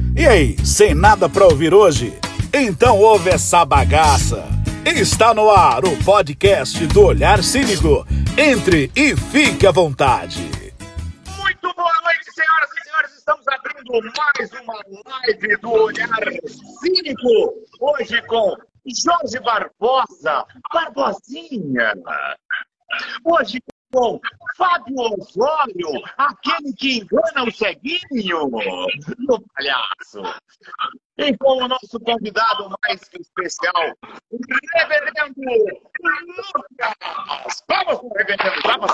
E aí, sem nada pra ouvir hoje? Então ouve essa bagaça. Está no ar o podcast do Olhar Cínico. Entre e fique à vontade. Muito boa noite, senhoras e senhores. Estamos abrindo mais uma live do Olhar Cínico. Hoje com Jorge Barbosa, Barbosinha. Hoje com Fábio Osório, aquele que engana o ceguinho, no palhaço. E com o nosso convidado mais que especial, o Reverendo Lucas. Vamos com o Reverendo, vamos.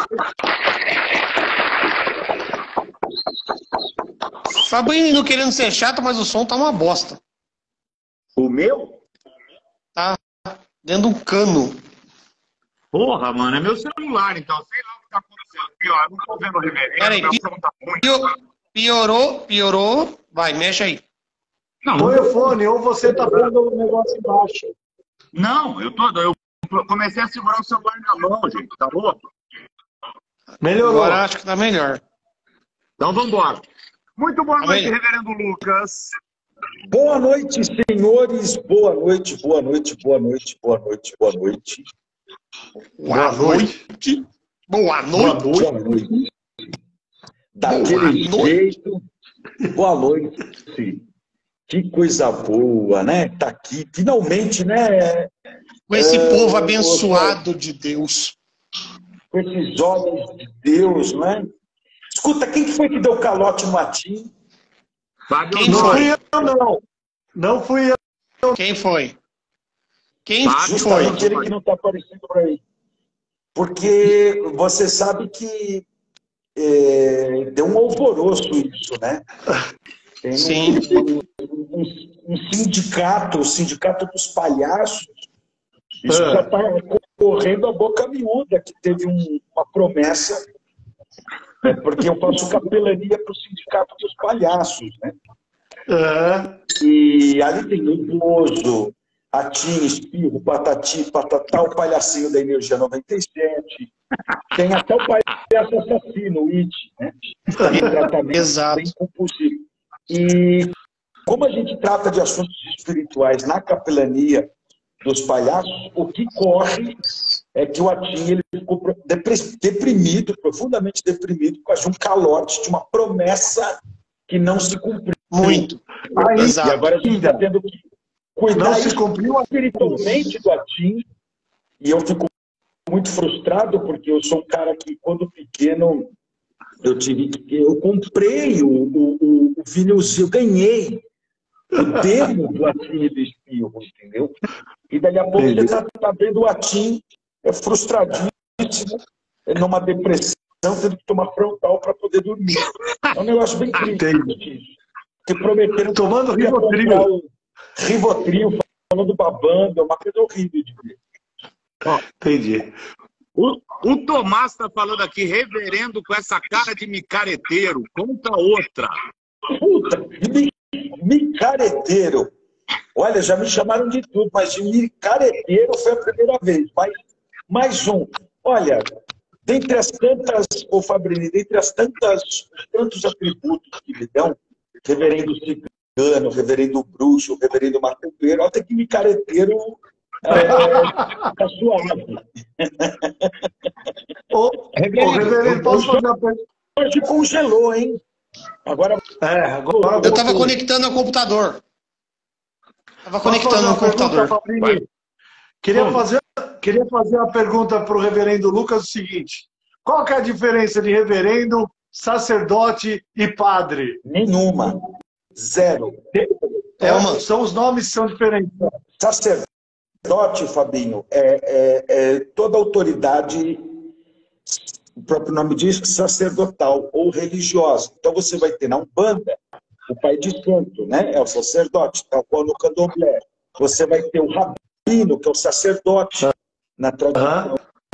Fabinho não querendo ser chato, mas o som tá uma bosta. O meu? Tá dentro de um cano. Porra, mano, é meu celular, então sei lá o que tá acontecendo aqui, ó. Eu não tô vendo o Reverendo, Peraí, meu som tá ruim. piorou. Vai, mexe aí. Não, Põe o fone, ou você tá pondo o negócio embaixo. não, eu comecei a segurar o celular na mão, gente, tá louco? Melhorou. Agora acho que tá melhor. Então vamos embora. Muito boa Tá noite, bem. Reverendo Lucas. Boa noite, senhores. Boa noite, boa noite, boa noite, boa noite, boa noite. Boa noite. Boa noite. Boa noite. Daquele Boa noite. jeito. Boa noite. Que coisa boa, né? Tá aqui, finalmente, né? Com esse povo abençoado de Deus. Com esses homens de Deus, né? Escuta, quem que foi que deu calote no Matinho? Fábio Quem Osório. foi? eu, não. Não fui eu. Quem foi? Quem Fábio foi? Justamente ele que não está aparecendo por aí. Porque você sabe que deu um alvoroço isso, né? Tem Sim. um sindicato, o Sindicato dos Palhaços, isso já está correndo a boca miúda, que teve uma promessa, porque eu faço capelania para o Sindicato dos Palhaços, né? E ali tem o Bozo, Atim, Espirro, Patati, Patatá, o palhacinho da Energia 97. Tem até o palhaço assassino, o It, né? Está em tratamento Exato. bem compulsivo. E como a gente trata de assuntos espirituais na capelania dos palhaços, o que corre é que o Atim ele ficou deprimido, profundamente deprimido, por causa de um calote, de uma promessa que não se cumpriu. Muito. E Exato. agora a gente está tendo que cuidar Não se cumpriu espiritualmente do Atim. E eu fico muito frustrado, porque eu sou um cara que, quando pequeno, eu comprei o vinilzinho, eu ganhei o demo do Atim e do Espirro, entendeu? E dali a pouco você está vendo o Atim frustradíssimo, numa depressão, tendo que tomar frontal para poder dormir. É um negócio bem triste isso. Porque prometeram Tomando que ia Rivotril. comprar o Rivotril, falando babando, é uma coisa horrível de ver. Entendi. O Tomás está falando aqui, reverendo com essa cara de micareteiro. Conta outra. Puta, micareteiro. Olha, já me chamaram de tudo, mas de micareteiro foi a primeira vez. Mas mais um. Olha, dentre as tantas, ô Fabrini, dentre as tantos atributos que me dão, reverendo cigano, reverendo bruxo, reverendo macumbeiro, até que micareteiro tá suave. Reverendo, posso fazer uma pergunta? Hoje congelou, hein? Agora Eu tava conectando ao computador. Tava conectando no computador. Fabrini? Queria fazer uma pergunta para o reverendo Lucas, o seguinte. Qual que é a diferença de reverendo, sacerdote e padre? nenhuma. Zero. São os nomes que são diferentes. Sacerdote, Fabinho, é toda autoridade, o próprio nome diz, sacerdotal ou religiosa. Então você vai ter na Umbanda o pai de santo, né? É o sacerdote, tal qual no candomblé. Você vai ter o rabino, que é o sacerdote, na tradição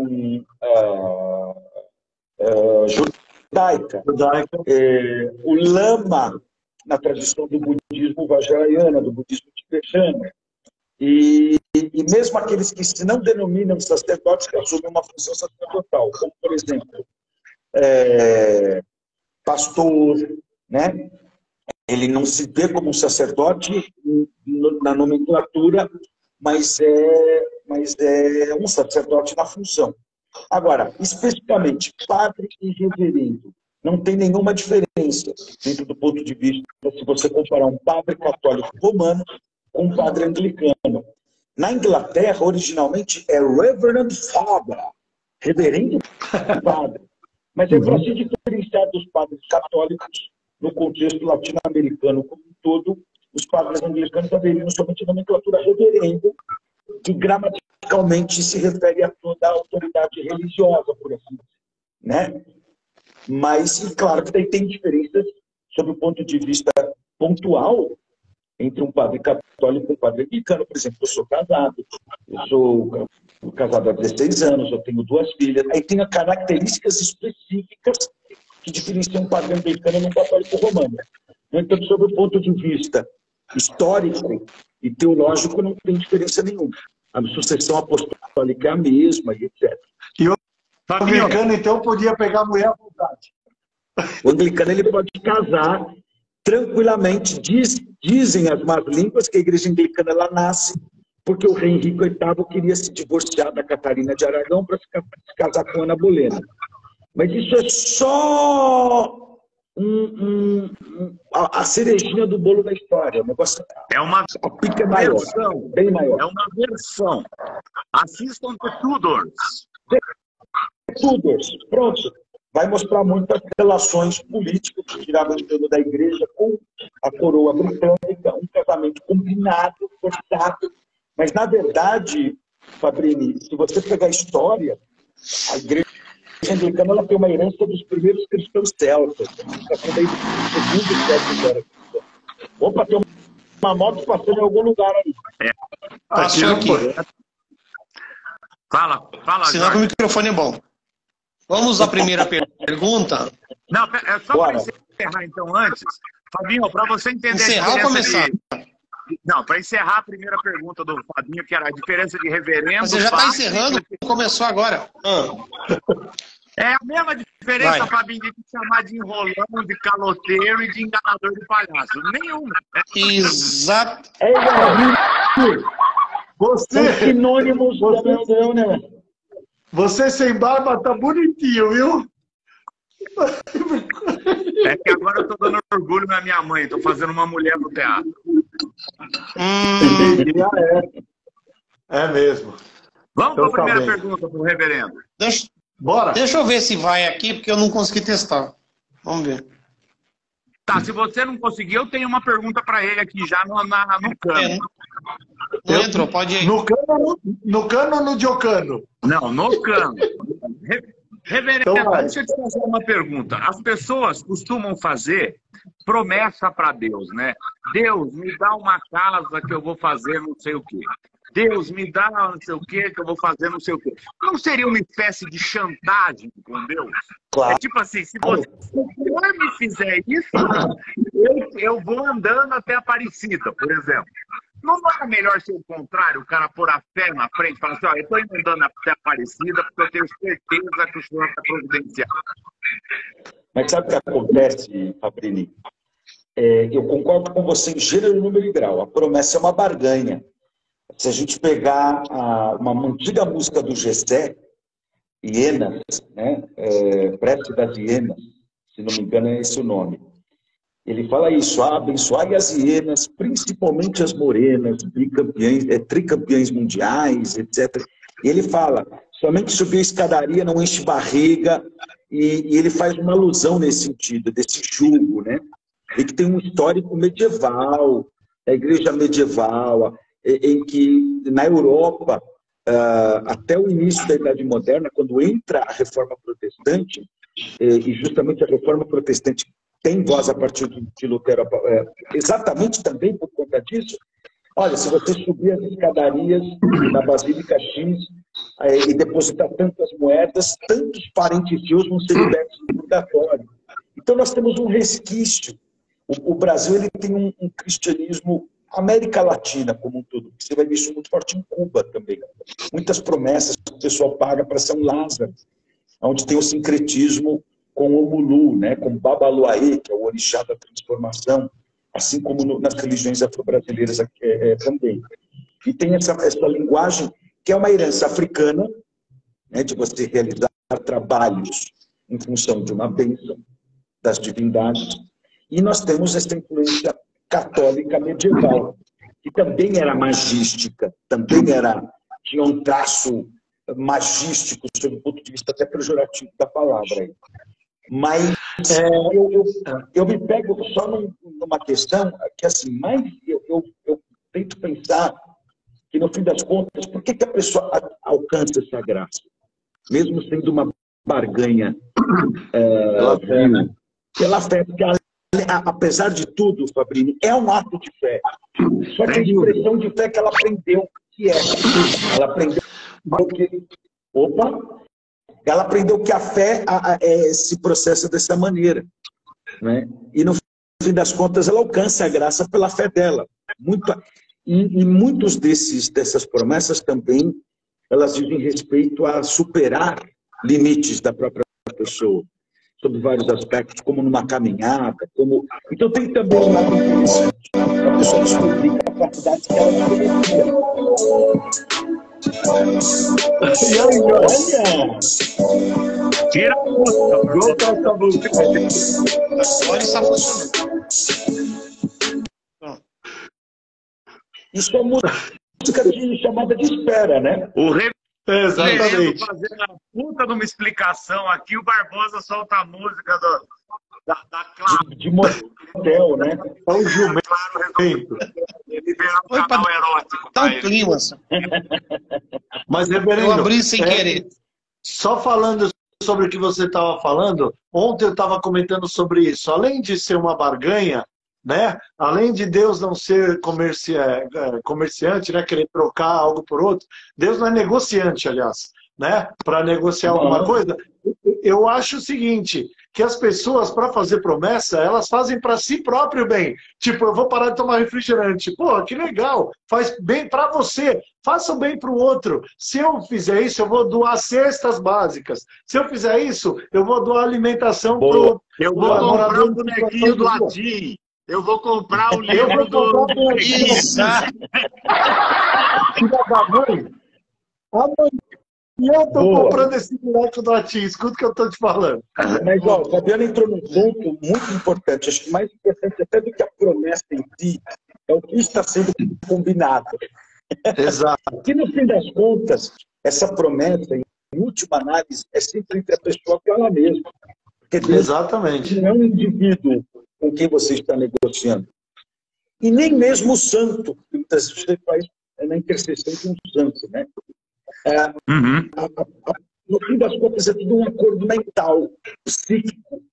judaica. O lama, na tradição do budismo vajrayana, do budismo tibetano. E mesmo aqueles que se não denominam sacerdotes, que assumem uma função sacerdotal, como, por exemplo, pastor, né? Ele não se vê como um sacerdote na nomenclatura, mas é um sacerdote na função. Agora, especificamente, padre e reverendo, não tem nenhuma diferença dentro do ponto de vista se você comparar um padre católico romano com um padre anglicano. Na Inglaterra, originalmente, é Reverend Father, reverendo padre. Mas é para se diferenciar dos padres católicos no contexto latino-americano como um todo, os padres anglicanos aderiram somente à nomenclatura reverendo, que gramaticalmente se refere a toda a autoridade religiosa, por assim dizer, né? Mas, claro que daí tem diferenças sob o ponto de vista pontual entre um padre católico e um padre anglicano. Por exemplo, eu sou casado, eu sou casado há 16 anos, eu tenho 2 filhas, aí tem características específicas que diferenciam um padre anglicano e um católico romano. Então, sob o ponto de vista histórico e teológico, não tem diferença nenhuma. A sucessão apostólica é a mesma, e etc. E o anglicano, então, podia pegar a mulher à vontade. O anglicano ele pode casar tranquilamente. Dizem as más línguas que a igreja anglicana ela nasce porque o rei Henrique VIII queria se divorciar da Catarina de Aragão para se casar com Ana Bolena. Mas isso é só a cerejinha do bolo da história. O negócio é uma pica maior, versão, bem maior. É uma versão. Assistam The Tudors. Tudors, pronto. Vai mostrar muitas relações políticas que giravam em torno da igreja com a coroa britânica, um casamento combinado, forçado. Mas, na verdade, Fabrini, se você pegar a história, a igreja anglicana ela tem uma herança dos primeiros cristãos celtas. Está sendo aí do segundo século. Opa, tem uma moto passando em algum lugar aí. Passou aqui. Fala, sinal que o microfone é bom. Vamos à primeira pergunta? Não, é só para encerrar, então, antes. Fabinho, para você entender encerrar ou começar? Não, para encerrar a primeira pergunta do Fabinho, que era a diferença de reverendo... Mas você já está encerrando? Começou agora. É a mesma diferença, Fabinho, de te chamar de enrolão, de caloteiro e de enganador de palhaço. Nenhuma. Exato. Você... São sinônimos do né? Você sem barba tá bonitinho, viu? É que agora eu tô dando orgulho na minha mãe. Tô fazendo uma mulher no teatro. É mesmo. Vamos para a primeira pergunta pro reverendo. Bora. Deixa eu ver se vai aqui, porque eu não consegui testar. Vamos ver. Tá, se você não conseguir, eu tenho uma pergunta para ele aqui já no cano. Não entrou, pode ir. No cano ou no diocano? Não, no cano. Reverendo, então, deixa eu te fazer uma pergunta. As pessoas costumam fazer promessa para Deus, né? Deus, me dá uma casa que eu vou fazer não sei o quê. Deus, me dá não sei o quê que eu vou fazer não sei o quê. Não seria uma espécie de chantagem com Deus? Claro. É tipo assim, se você me fizer isso, eu vou andando até Aparecida, por exemplo. Não é melhor ser o contrário, o cara pôr a fé na frente e falar assim, ó, eu estou andando até Aparecida porque eu tenho certeza que o senhor está providenciando. Mas sabe o que acontece, Fabrini? Eu concordo com você em gênero, número e grau. A promessa é uma barganha. Se a gente pegar uma antiga música do Gessé, Hienas, né? Prece das Hienas, se não me engano é esse o nome. Ele fala isso, abençoai as hienas, principalmente as morenas, tricampeãs mundiais, etc. E ele fala, somente subir a escadaria não enche barriga, e ele faz uma alusão nesse sentido, desse jugo, né? E que tem um histórico medieval, a igreja medieval, em que na Europa, até o início da Idade Moderna, quando entra a Reforma Protestante, e justamente a Reforma Protestante tem voz a partir de Lutero, exatamente também por conta disso. Olha, se você subir as escadarias na Basílica X e depositar tantas moedas, tantos parentes seus vão ser libertos do purgatório. Então nós temos um resquício. O Brasil ele tem um cristianismo, América Latina como um todo. Você vai ver isso muito forte em Cuba também. Muitas promessas que o pessoal paga para São Lázaro, onde tem o sincretismo com o Mulu, né, com Babaluaê, que é o orixá da transformação. assim como nas religiões afro-brasileiras também. E tem essa linguagem que é uma herança africana, né, de você realizar trabalhos em função de uma bênção das divindades, e nós temos essa influência católica medieval, que também era magística, também tinha um traço magístico, sob o ponto de vista até pejorativo da palavra. Mas eu me pego só numa questão que, assim, eu tento pensar que, no fim das contas, por que a pessoa alcança essa graça? Mesmo sendo uma barganha pela fé, porque apesar de tudo, Fabrício, é um ato de fé. Só que a expressão de fé que ela aprendeu que é. Ela aprendeu que... Ela aprendeu que a fé se processa dessa maneira. Né? E, no fim das contas, ela alcança a graça pela fé dela. E muitos dessas promessas também, elas dizem respeito a superar limites da própria pessoa, sobre vários aspectos, como numa caminhada, Então tem também um lado interessante, a pessoa descobrir capacidades que ela não conhecia. E aí, olha! Tira a música, volta essa música. Agora está funcionando. Isso é música chamada de espera, né? O reverendo exatamente. fazendo a puta de uma explicação aqui, o Barbosa solta a música da Clara. De motel, né? É um jumento. Liberar o canal erótico. Tá um clima, assim. Mas, reverendo, Eu abri sem querer. Só falando sobre o que você estava falando, ontem eu estava comentando sobre isso. Além de ser uma barganha, né? Além de Deus não ser comerciante, né? Querer trocar algo por outro, Deus não é negociante, aliás, né? Para negociar alguma coisa. Eu acho o seguinte, que as pessoas, para fazer promessa, elas fazem para si próprio bem. Tipo, eu vou parar de tomar refrigerante. Pô, que legal. Faz bem para você. Faça o bem para o outro. Se eu fizer isso, eu vou doar cestas básicas. Se eu fizer isso, eu vou doar alimentação para o... Eu vou comprar o bonequinho do latim. Eu vou comprar o livro do... Filha da mãe. E eu estou comprando esse boneco do latim. Escuta o que eu estou te falando. Mas, ó, o Fabiano entrou num ponto muito importante. Acho que mais importante até do que a promessa em si é o que está sendo combinado. Exato. Que, no fim das contas, essa promessa, em última análise, é sempre entre a pessoa com ela mesma. Porque Deus exatamente. Não é um indivíduo com quem você está negociando. E nem mesmo o santo, que muitas vezes você faz na intercessão com o santo, né? No fim das contas, é tudo um acordo mental, psíquico,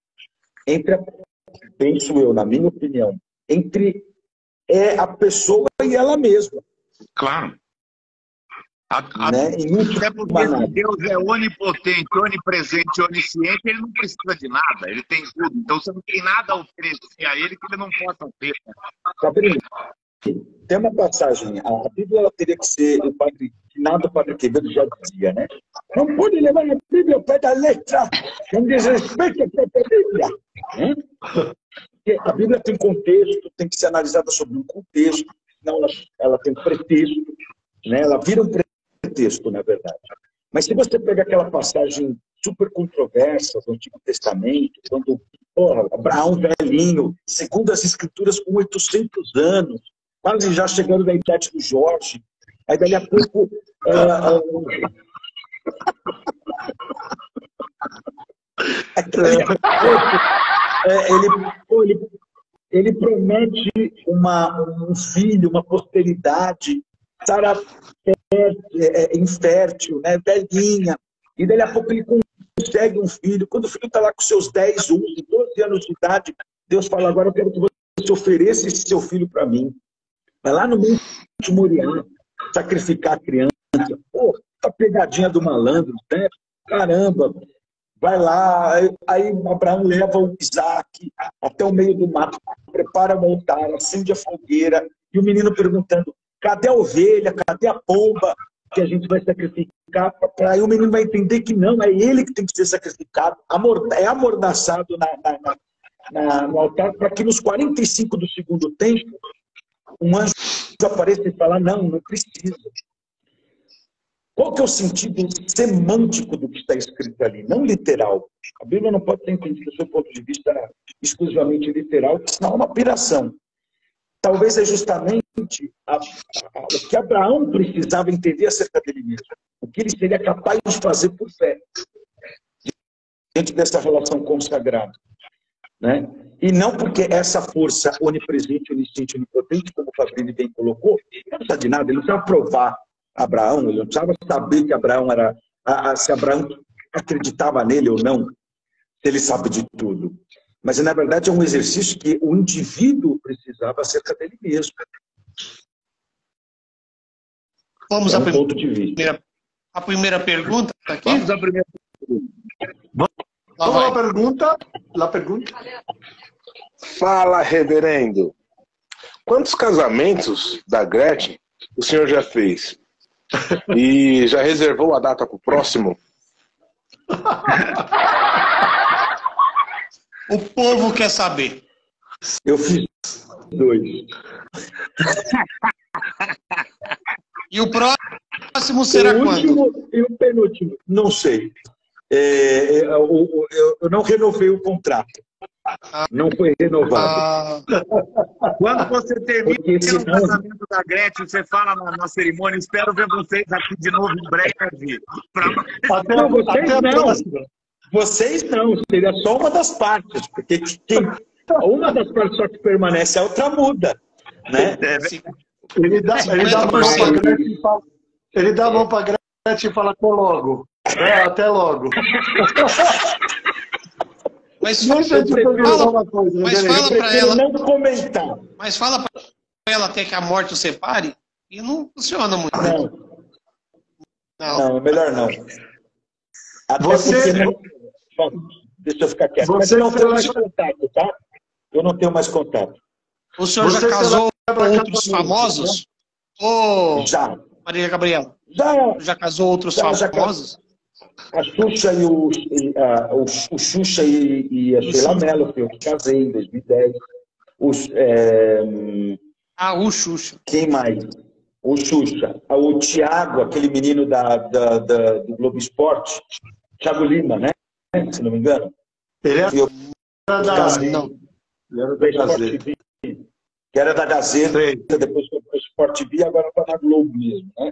penso eu, na minha opinião, entre a pessoa e ela mesma. Claro. Né? Até porque Deus é onipotente, onipresente, onisciente, ele não precisa de nada, ele tem tudo. Então você não tem nada a oferecer a ele que ele não possa ter. Fabrício, tem uma passagem, a Bíblia ela teria que ser o Padre Quevedo já dizia, né? Não pode levar a Bíblia ao pé da letra, não desrespeita a própria Bíblia. Né? Porque a Bíblia tem contexto, tem que ser analisada sobre um contexto, senão ela tem um pretexto, né? Ela vira um pretexto, na verdade. Mas se você pega aquela passagem super controversa do Antigo Testamento, quando Abraão velhinho, segundo as Escrituras, com 800 anos, quase já chegando na idade do Jorge, aí dali a pouco ele promete um filho, uma posteridade, Sara infértil, né, velhinha, e dali a pouco ele consegue um filho. Quando o filho está lá com seus 10, 11, 12 anos de idade, Deus fala, agora eu quero que você ofereça esse seu filho para mim. Vai lá no Monte Moriá, sacrificar a criança. Pô, a pegadinha do malandro, né? Caramba, vai lá. Aí Abraão leva o Isaac até o meio do mato, prepara o altar, acende a fogueira, e o menino perguntando, cadê a ovelha, cadê a pomba que a gente vai sacrificar? Aí o menino vai entender que não, é ele que tem que ser sacrificado, é amordaçado no altar para que nos 45 do segundo tempo um anjo apareça e fala, não precisa. Qual que é o sentido semântico do que está escrito ali? Não literal. A Bíblia não pode ser entendida do seu ponto de vista exclusivamente literal, senão é uma piração. Talvez é justamente o que Abraão precisava entender acerca dele mesmo. O que ele seria capaz de fazer por fé. Dentro dessa relação consagrada. Né? E não porque essa força onipresente, onisciente, onipotente, como o Fabrini bem colocou, ele não precisa de nada, ele não precisava provar Abraão, ele não precisava saber que Abraão era, se Abraão acreditava nele ou não, se ele sabe de tudo. Mas, na verdade, é um exercício que o indivíduo precisava acerca dele mesmo. Vamos à ponto de vista. A primeira pergunta aqui? Vamos à primeira pergunta. Vamos à pergunta. Fala, reverendo. Quantos casamentos da Gretchen o senhor já fez? E já reservou a data para o próximo? O povo quer saber. Eu fiz 2. E o próximo será o último quando? E o penúltimo, não sei. Eu não renovei o contrato. Não foi renovado. Quando você termina senão... o casamento da Gretchen, você fala na cerimônia, espero ver vocês aqui de novo em breve. Vocês não, seria só uma das partes, porque uma das partes só que permanece, a outra muda. Né? Ele dá a mão para a Gretchen e fala até logo. Até logo. Mas fala para ela não comentar. Mas fala para ela até que a morte o separe e não funciona muito. Não, é melhor não. Até deixa eu ficar quieto. Mas eu não tenho mais contato, tá? Eu não tenho mais contato. O senhor já casou com outros famosos? Já. Maria Gabriela? Já casou outros famosos? A Xuxa e o Xuxa e a Sheila Mello, que eu casei em 2010. O Xuxa. Quem mais? O Xuxa. O Thiago, aquele menino do Globo Esporte. Thiago Lima, né? Se não me engano. Ele era da Gazeta. Que era da Gazeta, depois foi para o Sport TV, agora está na Globo mesmo, né?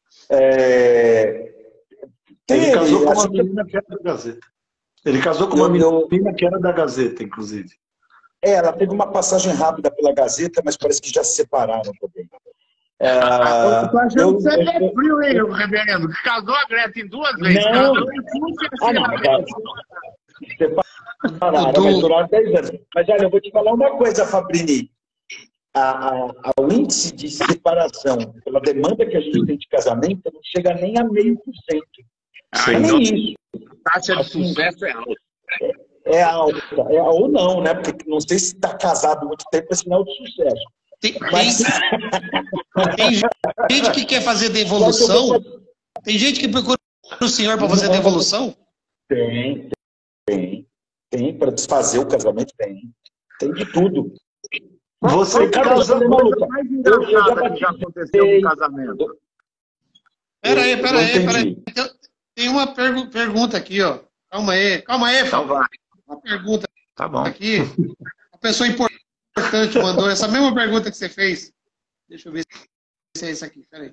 Ele casou com uma menina que era da Gazeta. Ele casou com uma menina que era da Gazeta, inclusive. Ela teve uma passagem rápida pela Gazeta, mas parece que já se separaram também. Você é frio, hein, reverendo? Casou a Gretchen 2 vezes. Não. Separaram, vai durar 10 anos. Mas olha, eu vou te falar uma coisa, Fabrini. O índice de separação pela demanda que a gente tem de casamento não chega nem a 0,5%. Nem isso. A taxa de sucesso é alta. É alta. Ou não, né? Porque não sei se está casado há muito tempo, é sinal de sucesso. Tem gente que quer fazer devolução? Tem gente que procura o senhor para fazer devolução? Tem. Para desfazer o casamento, tem. Tem de tudo. Você casou com a mais engraçada que já aconteceu no casamento. Peraí. Tem uma pergunta aqui, ó. Calma aí, então vai. Uma pergunta bom. Aqui. Uma pessoa importante mandou essa mesma pergunta que você fez. Deixa eu ver se é isso aqui. Peraí.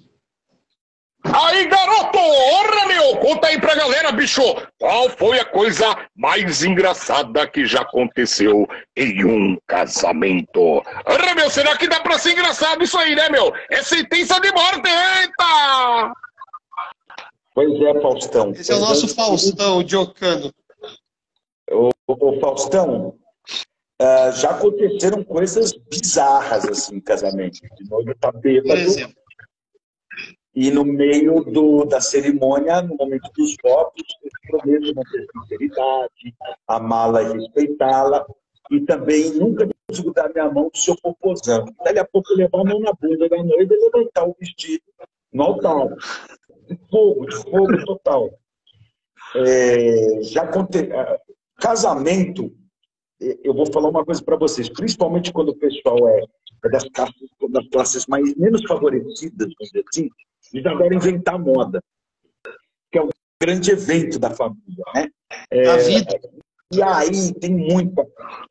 Aí, garoto! Ora, meu! Conta aí pra galera, bicho! Qual foi a coisa mais engraçada que já aconteceu em um casamento? Ora, meu, será que dá pra ser engraçado isso aí, né, meu? É sentença de morte, eita! Pois é, Faustão. Esse é o nosso Faustão, Diocano. Ô, Faustão, já aconteceram coisas bizarras, assim, em casamento. De noivo tá bêbado. Por exemplo. E no meio da cerimônia, no momento dos votos, eu prometo manter sinceridade, amá-la e respeitá-la, e também nunca desgrudar minha mão do seu popozão. Daqui a pouco levar a mão na bunda da noiva e levantar o vestido no altar. De fogo total. Já casamento eu vou falar uma coisa para vocês, principalmente quando o pessoal é das classes mais, menos favorecidas, vamos dizer assim, eles adoram inventar moda, que é um grande evento da família, né? A vida. E aí tem muita...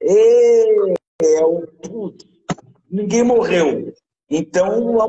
ninguém morreu. Então,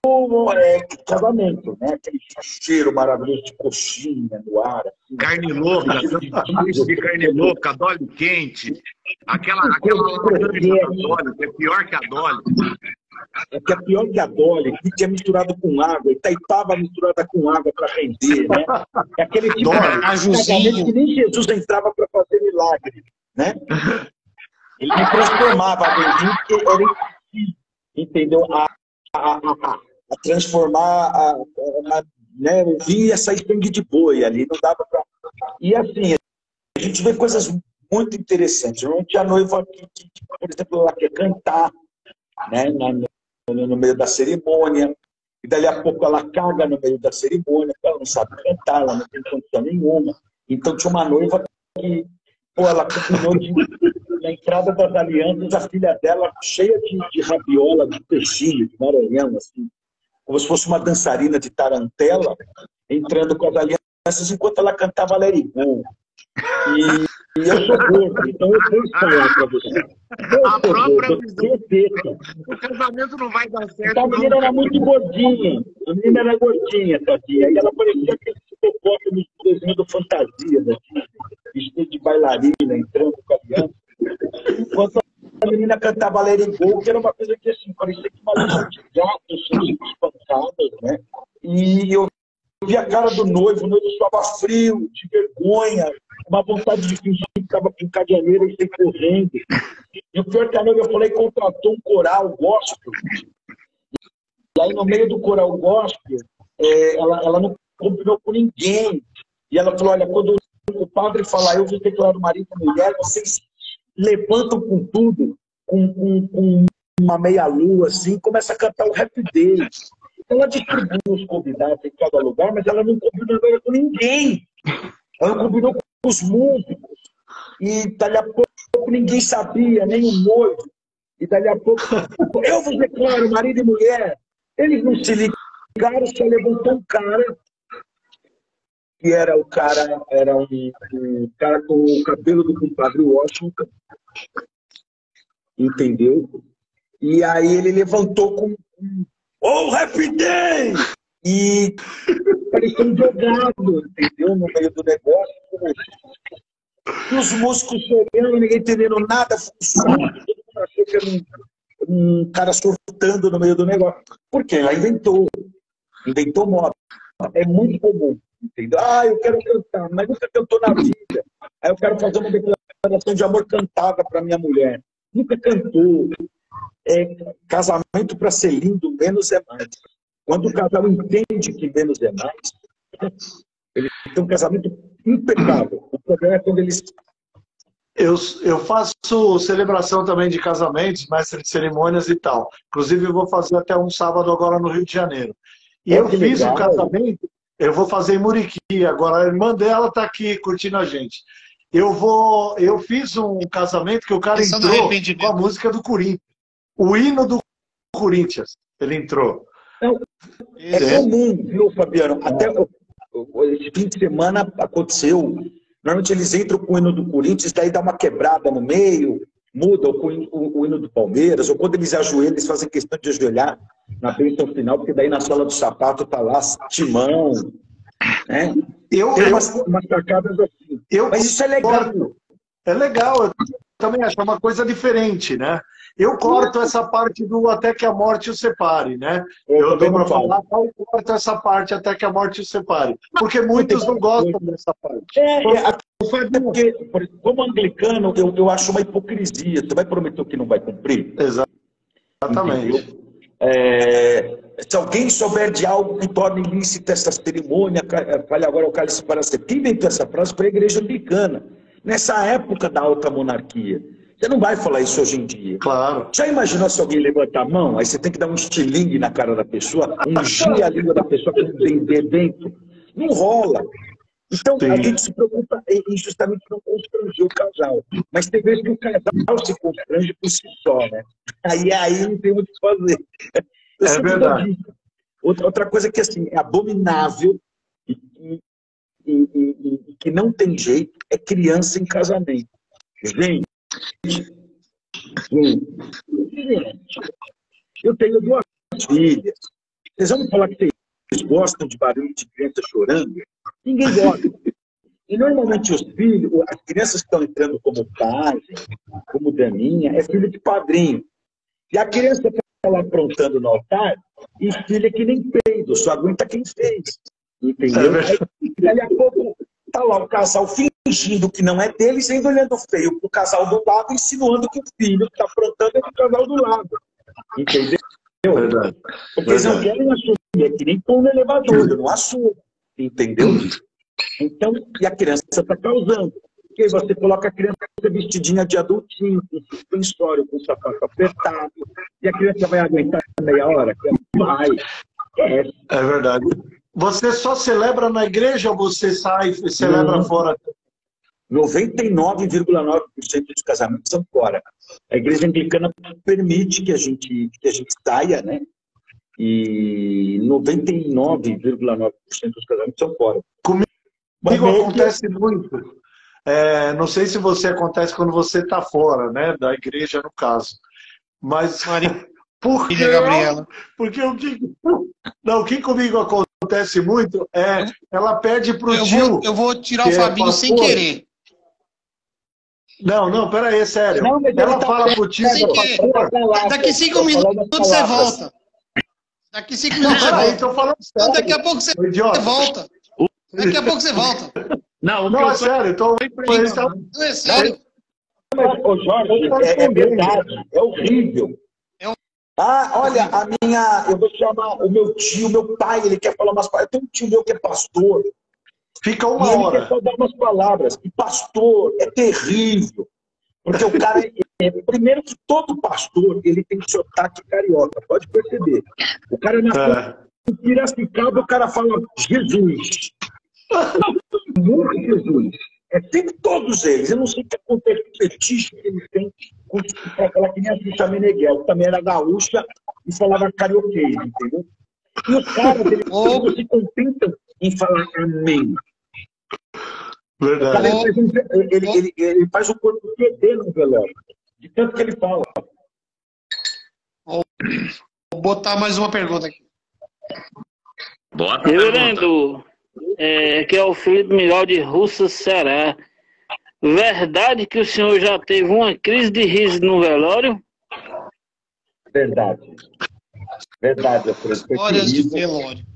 casamento, né? Aquele cheiro maravilhoso de coxinha no ar. Assim, carne louca, de carne louca, Dolly quente. Aquela laranja da Dolly, que é pior que a Dolly. É que é pior que a Dolly, que é misturado com água, Itaipava misturada com água para render, né? É aquele tipo de casamento que nem Jesus entrava para fazer milagre, né? Ele me transformava porque era impossível, entendeu? A transformar, né? Eu via sair sangue de boi ali, não dava para... E assim, a gente vê coisas muito interessantes. Normalmente a noiva, por exemplo, ela quer cantar, né? No meio da cerimônia, e dali a pouco ela caga no meio da cerimônia, porque ela não sabe cantar, ela não tem condição nenhuma. Então tinha uma noiva que, ela combinou na entrada das alianças, a filha dela cheia de rabiola, de peixinho, de maranhão, assim, como se fosse uma dançarina de tarantela, entrando com as alianças enquanto ela cantava Let It Go. E eu sou gordo, então eu vou falar para você. A própria visão. O casamento não vai dar certo. Então, a menina era muito gordinha. A menina era gordinha, tadinha. E ela parecia aquele hipopótamo no desenho do Fantasia, né? Vestido de bailarina, entrando com a aliança. Enquanto a menina cantava Let It Go, que era uma coisa que assim, parecia que uma lista de gatos sendo espancadas, né? E eu vi a cara do noivo, o noivo suava frio, de vergonha, uma vontade de fingir que estava com cadeaneira e sair correndo. E o pior que a noiva, eu falei, contratou um coral gospel. E aí, no meio do coral gospel, ela não combinou com ninguém. E ela falou, olha, quando o padre falar, eu vou declarar o marido e mulher, vocês levantam com tudo, com uma meia-lua, assim, começa a cantar o Happy Day. Ela distribuiu os convidados em cada lugar, mas ela não combinou agora com ninguém. Ela não combinou com os músicos. E dali a pouco ninguém sabia, nem o noivo. E dali a pouco, eu vos declaro, marido e mulher. Eles não se ligaram, só levantou um cara, que era um cara com o cabelo do compadre Washington. Entendeu? E aí ele levantou com Oh, Happy Day! E parecia um jogado, entendeu? No meio do negócio. E os músicos chorando, ninguém entendendo nada, funcionando. Todo mundo achou que era um cara surtando no meio do negócio. Por quê? Ela inventou moda. É muito comum, entendeu? Eu quero cantar, mas nunca cantou na vida. Aí eu quero fazer uma declaração de amor cantada para minha mulher. Nunca cantou. Casamento para ser lindo, menos é mais. Quando o casal entende que menos é mais, ele tem um casamento impecável. O problema é quando eles... Eu faço celebração também de casamentos, mestre de cerimônias e tal. Inclusive, eu vou fazer até um sábado agora no Rio de Janeiro. E eu fiz um casamento, eu vou fazer em Muriqui. Agora a irmã dela está aqui curtindo a gente. Eu fiz um casamento que o cara entrou com a música do Corinthians. O hino do Corinthians, ele entrou. É comum, viu, Fabiano? Até esse fim de semana aconteceu. Normalmente eles entram com o hino do Corinthians, daí dá uma quebrada no meio, muda o hino do Palmeiras, ou quando eles ajoelham, eles fazem questão de ajoelhar na bênção final, porque daí na sola do sapato tá lá Timão. Né? Tem umas sacadas assim. Mas isso é legal. É legal, eu também acho uma coisa diferente, né? Eu corto essa parte do até que a morte o separe, né? Eu dou para falar, eu corto essa parte até que a morte o separe. Porque muitos não gostam dessa parte. Porque, como anglicano, eu acho uma hipocrisia. Você vai prometer que não vai cumprir? Exatamente. Se alguém souber de algo que torne ilícita essa cerimônia, fale agora o cálice para sempre. Quem inventou essa frase foi a igreja anglicana. Nessa época da alta monarquia. Você não vai falar isso hoje em dia. Claro. Já imaginou se alguém levantar a mão, aí você tem que dar um estilingue na cara da pessoa, ungir a língua da pessoa com um dendê dentro? Não rola. Então, Sim. a gente se preocupa em justamente não constranger o casal. Mas tem vezes que o casal se constrange por si só, né? Aí não tem muito o que fazer. Eu É sempre dou verdade. dica. Outra coisa que assim, é abominável e que não tem jeito é criança em casamento. Gente, eu tenho 2 filhas. Vocês vão me falar que vocês gostam de barulho de criança chorando? Ninguém gosta. E normalmente os filhos, as crianças que estão entrando como pai, como daminha, é filho de padrinho. E a criança está lá aprontando no altar e filha que nem peido, só aguenta quem fez. Entendeu? Aí, dali a pouco tá lá o casal fingindo que não é deles, ainda olhando feio pro casal do lado, insinuando que o filho que está aprontando é do casal do lado. Entendeu? Verdade. Porque eles não querem assumir, é que nem pôr no elevador, eu não assumo. Entendeu? Então, e a criança está causando. Porque aí você coloca a criança vestidinha de adultinho, com suspensório, com sapato apertado, e a criança vai aguentar meia hora? Vai. É verdade. Você só celebra na igreja ou você sai e celebra fora? 99,9% dos casamentos são fora. A igreja anglicana permite que a gente saia, né? E 99,9% dos casamentos são fora. Comigo acontece muito. Não sei se você acontece quando você está fora, né? Da igreja, no caso. Mas por que, Gabriela? porque o que comigo acontece muito é ela pede para o tio. Eu vou tirar o que Fabinho sem querer. Não, peraí, é sério. Não, mas ela ele fala pro tio. Sem querer. Daqui 5 minutos você volta. Daqui 5 minutos você Peraí, volta. tô falando Então, sério. daqui a pouco você Idiota. volta. Daqui a pouco você volta. Não, é sério. Então, Não é sério. Mas, ô Jorge, é verdade, é horrível. Olha, eu vou chamar o meu tio, meu pai, ele quer falar umas palavras. Eu tenho um tio meu que é pastor. Fica E uma ele hora. quer só dar umas palavras. E pastor é terrível. Porque o cara, primeiro que todo pastor, ele tem sotaque carioca, pode perceber. O cara nasceu em Piracicaba, o cara fala Jesus. Nunca Jesus. É sempre todos eles. Eu não sei o que acontece com o fetiche que eles têm para falar que nem a Xuxa Meneghel, que também era gaúcha e falava carioquês, entendeu? E os caras, eles se contentam em falar amém. Verdade. Ele faz o corpo perder no velório, de tanto que ele fala. Vou botar mais uma pergunta aqui. Bota Reverendo, que é o filho do Miguel de Russa, Ceará. Verdade que o senhor já teve uma crise de riso no velório? Verdade. Verdade, Alfredo. Foi Histórias de terrível, velório.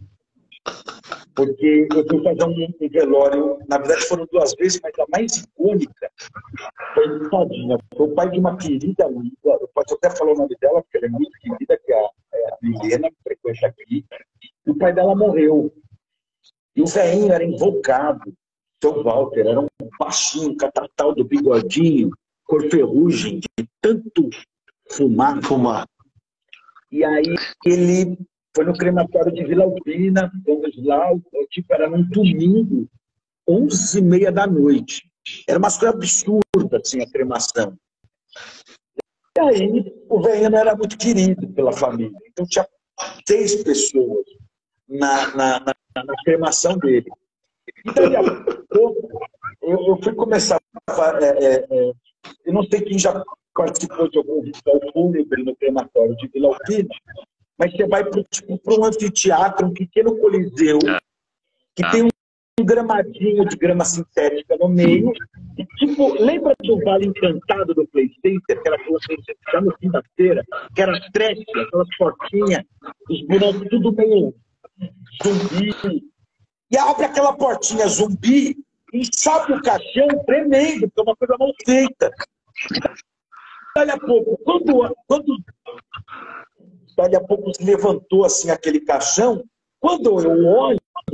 porque eu fui fazer um velório, na verdade foram 2 vezes, mas a mais icônica foi em Tadinha. Foi o pai de uma querida amiga, eu posso até falar o nome dela, porque ela é muito querida, que é a Milena, que frequenta aqui. E o pai dela morreu. E o velhinho era invocado. Seu Walter era um baixinho, catatal do bigodinho, cor ferrugem, de tanto fumar. E aí ele foi no crematório de Vila Alpina, fomos lá, tipo, era num domingo, 11h30 da noite. Era uma coisa absurda, assim, a cremação. E aí o velhinho não era muito querido pela família. Então tinha 6 pessoas na cremação dele. E daí a pouco, eu fui começar eu não sei quem já participou de algum ritual fúnebre no crematório de Vila Alpina, mas você vai para um anfiteatro, um pequeno coliseu, que tem um gramadinho de grama sintética no meio, e tipo, lembra do Vale Encantado do PlayStation, que era aquela PlayStation já no fim da feira, que era trash, aquelas portinhas, os bonecos tudo meio zumbi. E abre aquela portinha zumbi e sobe o caixão tremendo, porque é uma coisa mal feita. Daí a pouco, daí a pouco se levantou assim aquele caixão, quando eu olho,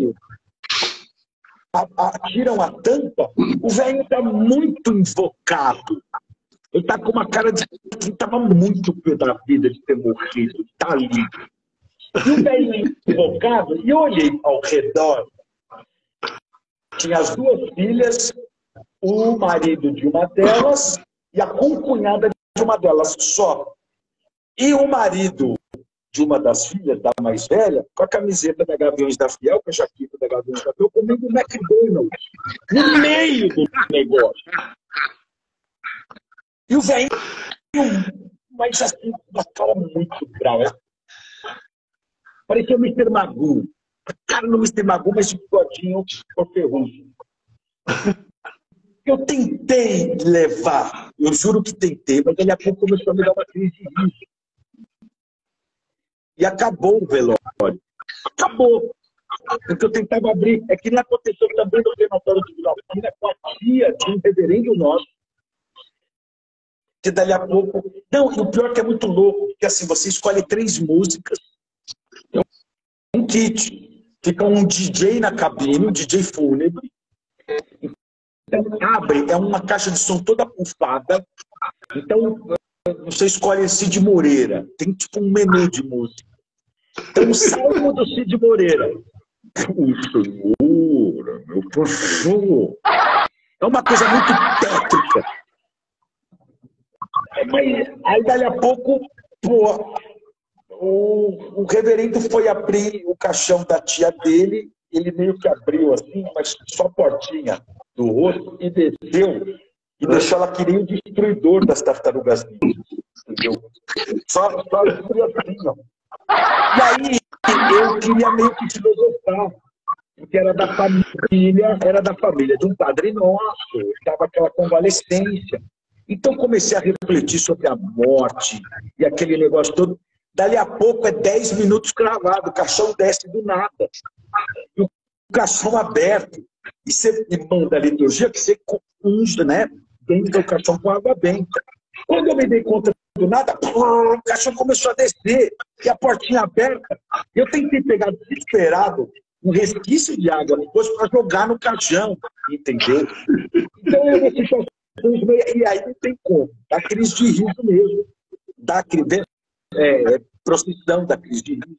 tiram a tampa, o velho está muito invocado. Ele está com uma cara de que estava muito pé da vida de ter morrido. Está ali. E o velho invocado, e eu olhei ao redor, tinha as 2 filhas, o marido de uma delas e a concunhada de uma delas só. E o marido de uma das filhas, da mais velha, com a camiseta da Gaviões da Fiel, com a jaqueta da Gaviões da Fiel, comendo um McDonald's, no meio do negócio. E o velho, mas assim, uma cara muito brava. Parecia o Mr. Magoo. A cara no Mr. Magoo, mas de bigodinho por ferrugem. Eu tentei levar, eu juro que tentei, mas daqui a pouco começou a me dar uma crise de riso. E acabou o velório. Acabou. Porque eu tentava abrir. É que nem aconteceu também no crematório de Vila Alpina com a tia de um reverendo nosso. Que dali a pouco... Não, e o pior é que é muito louco, porque assim, você escolhe 3 músicas, um kit, fica um DJ na cabine, um DJ fúnebre. Então, abre, é uma caixa de som toda pufada. Então, você escolhe Cid Moreira. Tem tipo um menu de música. Então, o salmo do Cid Moreira. O Senhor, meu pastor. É uma coisa muito tétrica. Mas aí, dali a pouco, pô, o reverendo foi abrir o caixão da tia dele. Ele meio que abriu assim, mas só a portinha do rosto e desceu. E deixou ela que nem o destruidor das tartarugas ninja. Entendeu? Só destruiu assim, ó. E aí, eu queria meio que filosofar, porque era da família de um padre nosso, estava aquela convalescência. Então, comecei a refletir sobre a morte e aquele negócio todo. Dali a pouco, é 10 minutos cravado, o caixão desce do nada. E o caixão aberto. E você manda a liturgia que você unge, né? Dentro do caixão com água benta. Quando eu me dei conta do nada, o caixão começou a descer. E a portinha aberta. Eu tentei pegar desesperado um resquício de água depois para jogar no caixão. Entendeu? Então, eu nessa situação, e aí não tem como. Dá crise de riso mesmo. Dá procissão da crise de riso.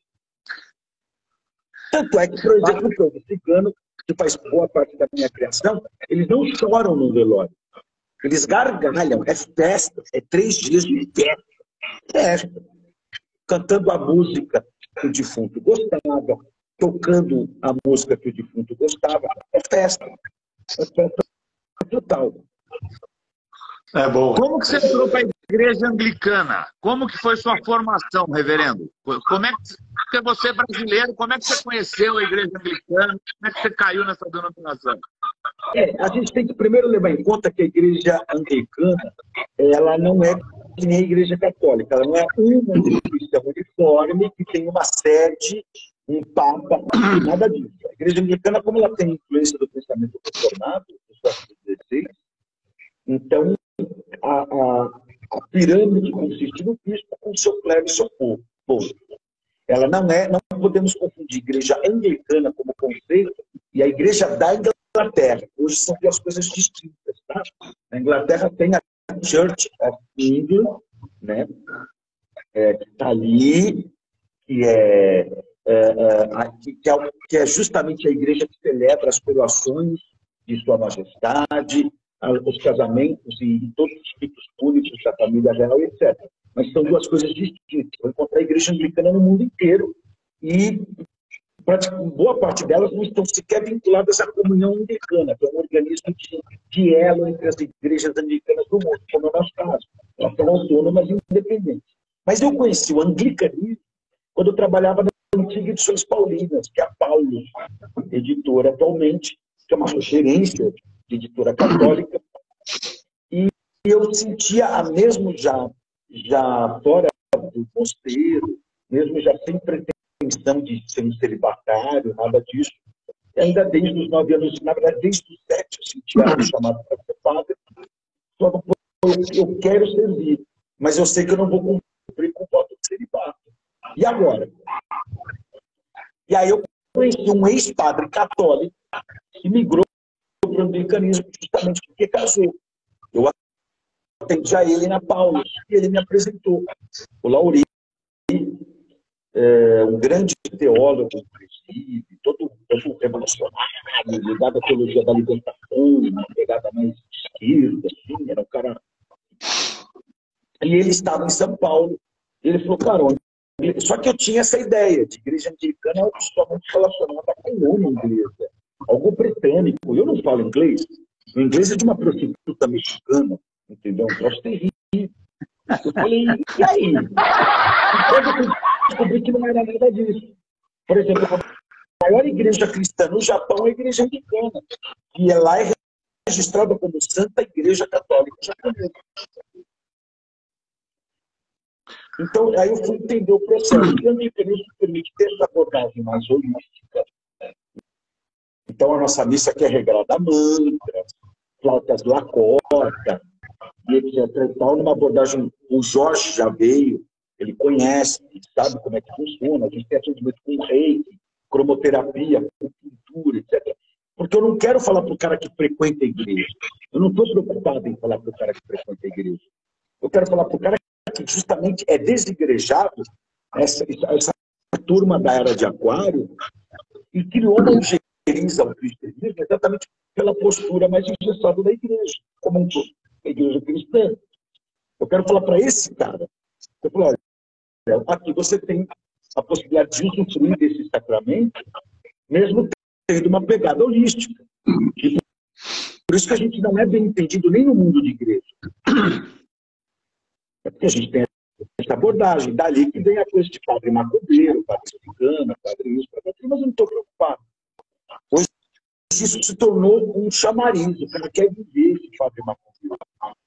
Tanto é que, por exemplo, o povo cigano, que faz boa parte da minha criação, eles não choram no velório. Eles gargalham, é festa, é 3 dias de festa. Cantando a música que o defunto gostava, tocando a música que o defunto gostava. É festa. É festa total. É bom. Como que você entrou para a igreja anglicana? Como que foi sua formação, reverendo? Como é que você é brasileiro, como é que você conheceu a igreja anglicana? Como é que você caiu nessa denominação? A gente tem que primeiro levar em conta que a igreja anglicana, ela não é que nem a igreja católica, ela não é uma instituição uniforme que tem uma sede, um papa, nada disso. A igreja anglicana, como ela tem influência do pensamento reformado, do século XVI, então a pirâmide consiste no bispo com seu clero e seu povo. Ela não podemos confundir igreja anglicana como conceito e a igreja da Inglaterra. Hoje são duas coisas distintas. Tá? Na Inglaterra tem a Church of England, né? Que está ali, que é justamente a igreja que celebra as coroações de Sua Majestade, os casamentos e todos os ritos públicos da família real, etc. Mas são duas coisas distintas. Vou encontrar a igreja anglicana no mundo inteiro e boa parte delas não estão sequer vinculadas à comunhão anglicana, que é um organismo de elo entre as igrejas anglicanas do mundo, como é o nosso caso. Elas são autônomas e independentes. Mas eu conheci o anglicanismo quando eu trabalhava na antiga Edições Paulinas, que é a Paulus, editora atualmente, que é uma gerência de editora católica, e eu sentia a mesmo já fora do mosteiro, mesmo já sem pretensão de ser um celibatário, nada disso, e ainda desde os 9 anos, na verdade, desde os 7, eu sentia chamado para ser padre, só eu quero servir, mas eu sei que eu não vou cumprir com o voto de celibato. E agora? E aí eu conheci um ex-padre católico que migrou para o anglicanismo justamente porque casou. Eu atendi a ele na Paulus e ele me apresentou. O Lauri, um grande teólogo, inclusive, todo revolucionário, ligado à teologia da libertação, uma pegada mais esquerda, assim, era um cara... E ele estava em São Paulo, ele falou, cara, só que eu tinha essa ideia de igreja anglicana algo somente relacionado à colônia inglesa, algo britânico. Eu não falo inglês, o inglês é de uma prostituta mexicana, entendeu? Um troço terrível. Eu falei, e aí? Depois eu descobri que não era nada disso. Por exemplo, a maior igreja cristã no Japão é a igreja anglicana, e lá é registrada como Santa Igreja Católica Japonesa. Então, aí eu fui entender o processo. E o anticristo permite ter essa abordagem mais holística. Então, a nossa missa aqui é regrada a mantras, flautas do acorda, e etc. E tal, numa abordagem, o Jorge já veio, ele conhece, ele sabe como é que funciona, a gente tem atendimento com reiki, cromoterapia, acupuntura, etc. Porque eu não quero falar para o cara que frequenta a igreja. Eu não estou preocupado em falar para o cara que frequenta a igreja. Eu quero falar para o cara que justamente é desigrejado, essa turma da era de Aquário, e criou uma ungeriza ao cristianismo exatamente pela postura mais engessada da igreja, como um todo, a igreja cristã. Eu quero falar para esse cara, eu falo, olha, aqui você tem a possibilidade de usufruir desse sacramento, mesmo tendo uma pegada holística. E por isso que a gente não é bem entendido nem no mundo de igreja. É porque a gente tem essa abordagem, dali que vem a coisa de padre macumbeiro, padre cigana, padre isso, padre aquilo, mas eu não estou preocupado. Hoje isso se tornou um chamariz, o cara quer viver esse padre macumbeiro.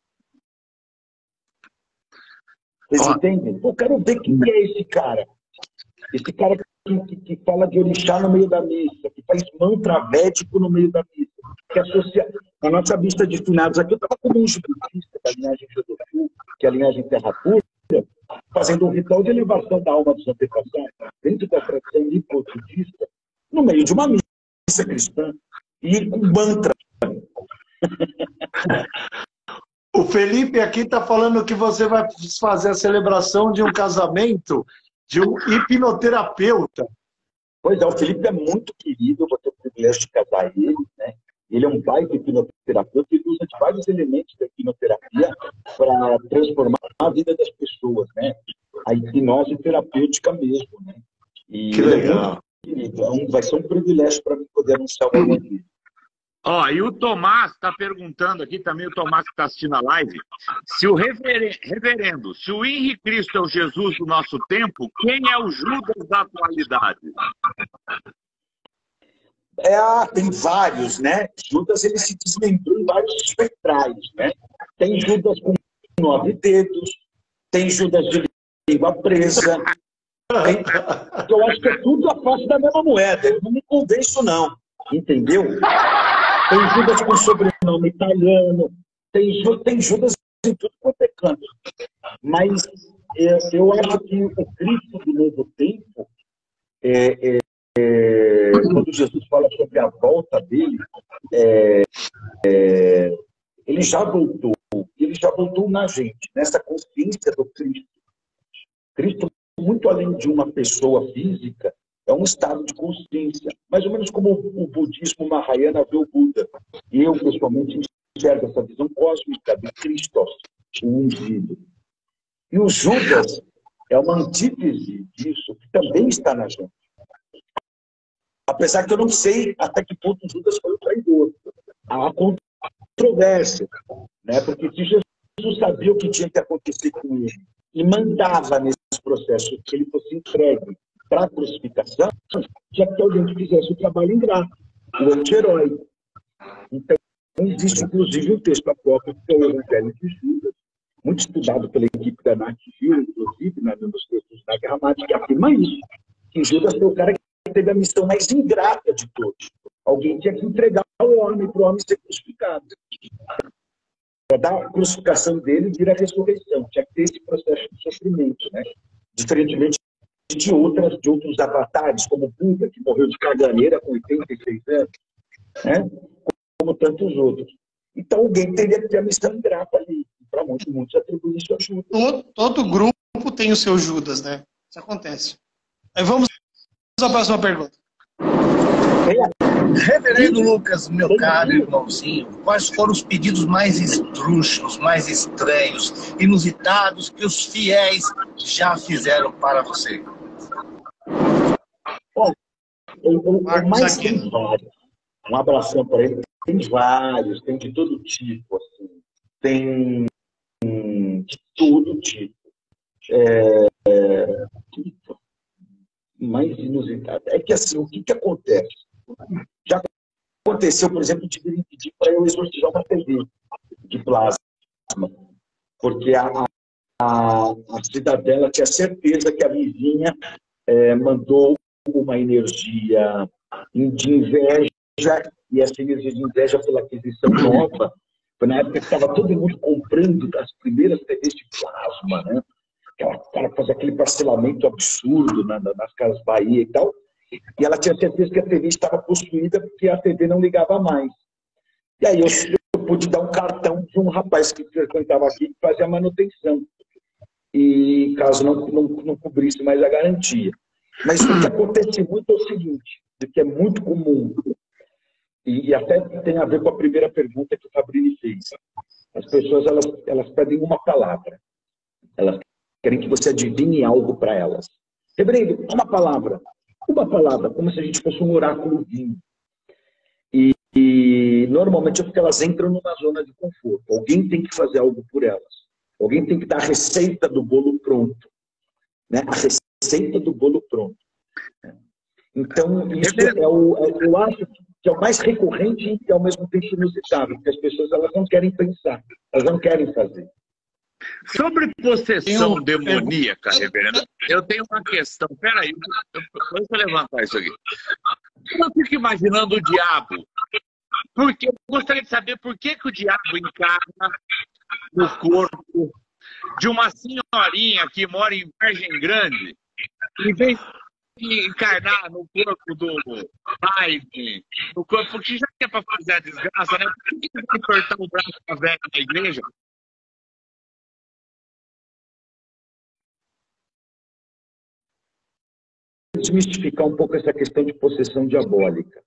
Vocês entendem? Eu quero ver quem é esse cara. Esse cara que fala de orixá no meio da missa, que faz mantra védico no meio da missa, que associa... A nossa vista de finados aqui, eu estava com um budista da linhagem Jodofu, que é a linhagem Terra Pura, fazendo um ritual de elevação da alma dos antepassados, dentro da tradição nipo-budista, no meio de uma missa cristã, e com mantra. O Felipe aqui está falando que você vai fazer a celebração de um casamento de um hipnoterapeuta. Pois é, o Felipe é muito querido, eu vou ter o privilégio de casar ele, né? Ele é um baita hipnoterapeuta, ele usa de vários elementos da hipnoterapia para transformar a vida das pessoas, né? A hipnose terapêutica mesmo, né? E que legal. Então, vai ser um privilégio para mim poder anunciar o meu nome. Ó, e o Tomás está perguntando aqui também, o Tomás que está assistindo a live, se o reverendo, se o Henrique Cristo é o Jesus do nosso tempo, quem é o Judas da atualidade? Tem vários, né? Judas, ele se desmembrou em vários espectrais, né? Tem Judas com 9 dedos, tem Judas de língua presa. Eu acho que é tudo a face da mesma moeda. Eu não me convenço, não. Entendeu? Tem Judas com sobrenome italiano, tem Judas em tudo quanto é canto. Mas eu acho que o Cristo do novo tempo, quando Jesus fala sobre a volta dele, ele já voltou na gente, nessa consciência do Cristo. Cristo, muito além de uma pessoa física, é um estado de consciência, mais ou menos como o budismo Mahayana vê o Buda. E eu, pessoalmente, enxergo essa visão cósmica de Cristo, o ungido. E o Judas é uma antítese disso, que também está na gente. Apesar que eu não sei até que ponto Judas foi o traidor. Há controvérsia, né? Porque se Jesus sabia o que tinha que acontecer com ele e mandava nesse processo que ele fosse entregue para a crucificação, tinha que alguém que fizesse o trabalho ingrato, o anti-herói. Então, existe inclusive um texto apócrifo, que é o Evangelho de Judas, muito estudado pela equipe da Nath Gil, inclusive, nos textos da gramática, que afirma isso, que Judas foi o cara que teve a missão mais ingrata de todos. Alguém tinha que entregar o homem para o homem ser crucificado. Para dar a crucificação dele vir a ressurreição. Tinha que ter esse processo de sofrimento, né? Diferentemente de outros avatares, como Buda, que morreu de caganeira com 86 anos, né? Como tantos outros. Então, alguém teria que ter a missão ingrata ali. Para muitos atribuem isso a Judas. Todo grupo tem o seu Judas, né? Isso acontece. Vamos à próxima pergunta. Reverendo Lucas, meu caro irmãozinho, quais foram os pedidos mais esdrúxulos, mais estranhos, inusitados que os fiéis já fizeram para você? O mais tem vários. Um abração para ele. Tem vários, tem de todo tipo, assim. Tem de todo tipo. Mais inusitado. É que assim, o que acontece? Já aconteceu, por exemplo, de pedir para eu exorcizar uma TV de plasma, porque a cidadela tinha certeza que a vizinha mandou uma energia de inveja, e essa energia de inveja pela aquisição nova, foi na época que estava todo mundo comprando as primeiras TVs de plasma, né? Aquela cara faz aquele parcelamento absurdo nas Casas Bahia e tal. E ela tinha certeza que a TV estava possuída porque a TV não ligava mais. E aí eu pude dar um cartão de um rapaz que frequentava aqui que fazia manutenção. E caso não cobrisse mais a garantia. Mas o que acontece muito é o seguinte, que é muito comum, e até tem a ver com a primeira pergunta que o Fabrini fez. As pessoas elas pedem uma palavra. Elas querem que você adivinhe algo para elas. Reverendo, uma palavra, como se a gente fosse um oráculo vivo. E normalmente é porque elas entram numa zona de conforto. Alguém tem que fazer algo por elas. Alguém tem que dar a receita do bolo pronto. Né? A receita do bolo pronto. Então, isso eu acho que é o mais recorrente e ao mesmo tempo inusitado, porque as pessoas elas não querem pensar, elas não querem fazer. Sobre possessão demoníaca, reverendo, eu tenho uma questão. Peraí, deixa eu levantar isso aqui. Eu fico imaginando o diabo. Porque eu gostaria de saber por que o diabo encarna no corpo de uma senhorinha que mora em Vargem Grande, em vez de encarnar no corpo do Biden, no corpo, porque já que é para fazer a desgraça, né? Por que vai cortar o braço da velha na igreja? Desmistificar um pouco essa questão de possessão diabólica.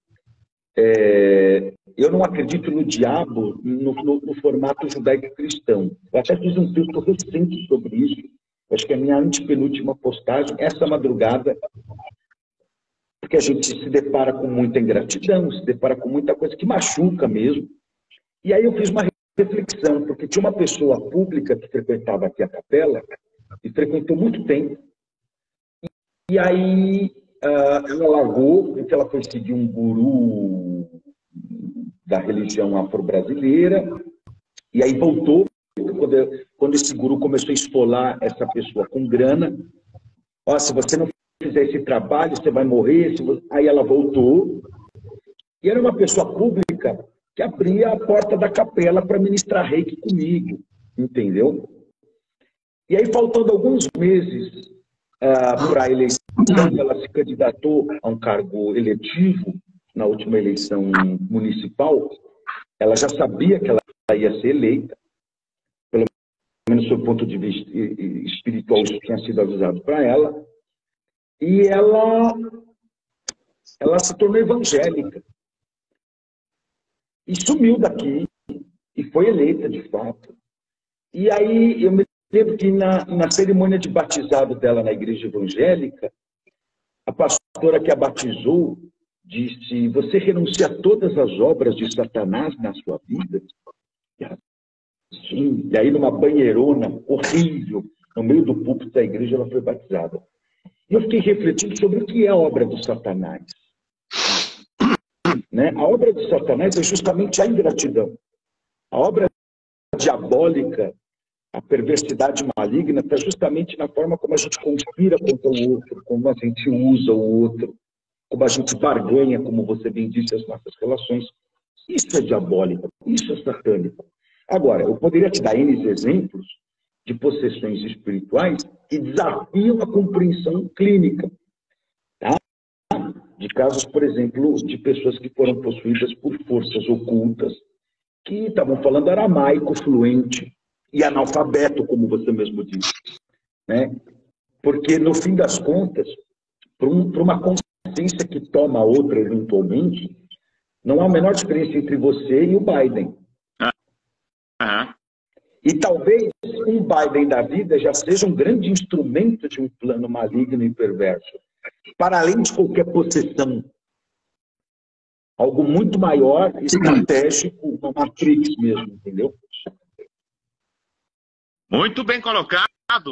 Eu não acredito no diabo no formato judaico-cristão. Eu até fiz um texto recente sobre isso. Acho que é a minha antepenúltima postagem, essa madrugada, porque a gente se depara com muita ingratidão, se depara com muita coisa que machuca mesmo. E aí eu fiz uma reflexão, porque tinha uma pessoa pública que frequentava aqui a capela, e frequentou muito tempo. E aí ela largou, porque ela foi seguir um guru da religião afro-brasileira, e aí voltou, quando esse guru começou a esfolar essa pessoa com grana, se você não fizer esse trabalho, você vai morrer. Aí ela voltou, e era uma pessoa pública que abria a porta da capela para ministrar reiki comigo, entendeu? E aí, faltando alguns meses para a eleição, ela se candidatou a um cargo eletivo na última eleição municipal. Ela já sabia que ela ia ser eleita, pelo menos do seu ponto de vista espiritual, isso tinha sido avisado para ela. E ela se tornou evangélica. E sumiu daqui, e foi eleita, de fato. E aí, eu me lembro que na cerimônia de batizado dela na igreja evangélica, a pastora que a batizou disse: você renuncia a todas as obras de Satanás na sua vida? Sim. E aí, numa banheirona horrível, no meio do púlpito da igreja, ela foi batizada. E eu fiquei refletindo sobre o que é a obra do Satanás. Né? A obra de Satanás é justamente a ingratidão. A obra diabólica, a perversidade maligna, está justamente na forma como a gente conspira contra o outro, como a gente usa o outro, como a gente barganha, como você bem disse, as nossas relações. Isso é diabólico, isso é satânico. Agora, eu poderia te dar N exemplos de possessões espirituais que desafiam a compreensão clínica. Tá? De casos, por exemplo, de pessoas que foram possuídas por forças ocultas, que estavam falando aramaico fluente e analfabeto, como você mesmo disse. Né? Porque, no fim das contas, uma consciência que toma a outra eventualmente, não há a menor diferença entre você e o Biden. E talvez um Biden da vida já seja um grande instrumento de um plano maligno e perverso, para além de qualquer possessão. Algo muito maior, estratégico, uma Matrix mesmo, entendeu? Muito bem colocado.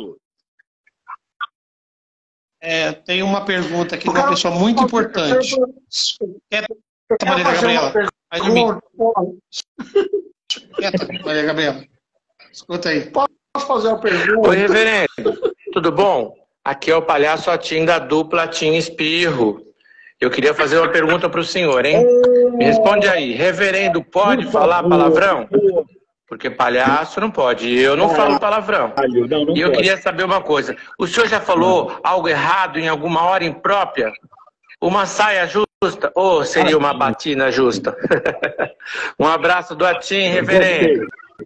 Tem uma pergunta aqui de uma pessoa muito importante. Maria Gabriela. Maria Gabriela. Escuta aí. Posso fazer uma pergunta? Oi, reverendo. Tudo bom? Aqui é o palhaço Atim da dupla Atim Espirro. Eu queria fazer uma pergunta para o senhor, hein? Me responde aí. Reverendo, pode falar palavrão? Porque palhaço não pode. E eu não falo palavrão. E eu queria saber uma coisa. O senhor já falou algo errado em alguma hora imprópria? Uma saia justa? Ou seria uma batina justa? Um abraço do Atim, reverendo.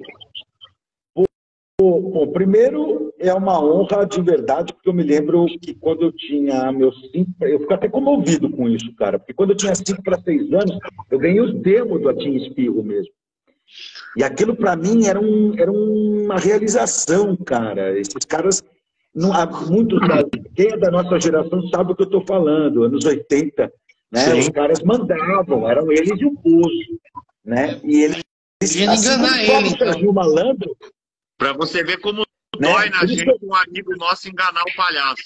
Bom, primeiro é uma honra de verdade, porque eu me lembro que quando eu tinha meus 5... Eu fico até comovido com isso, cara. Porque quando eu tinha 5 para 6 anos, eu ganhei os demos do Atim Espirro mesmo. E aquilo para mim era uma realização, cara. Esses caras, muitos, quem é da nossa geração sabe o que eu estou falando, anos 80, né? Os caras mandavam, eram eles e o Bozo, né? E eles enganar ele, então. Malandro, para você ver como dói na gente um amigo nosso enganar o palhaço.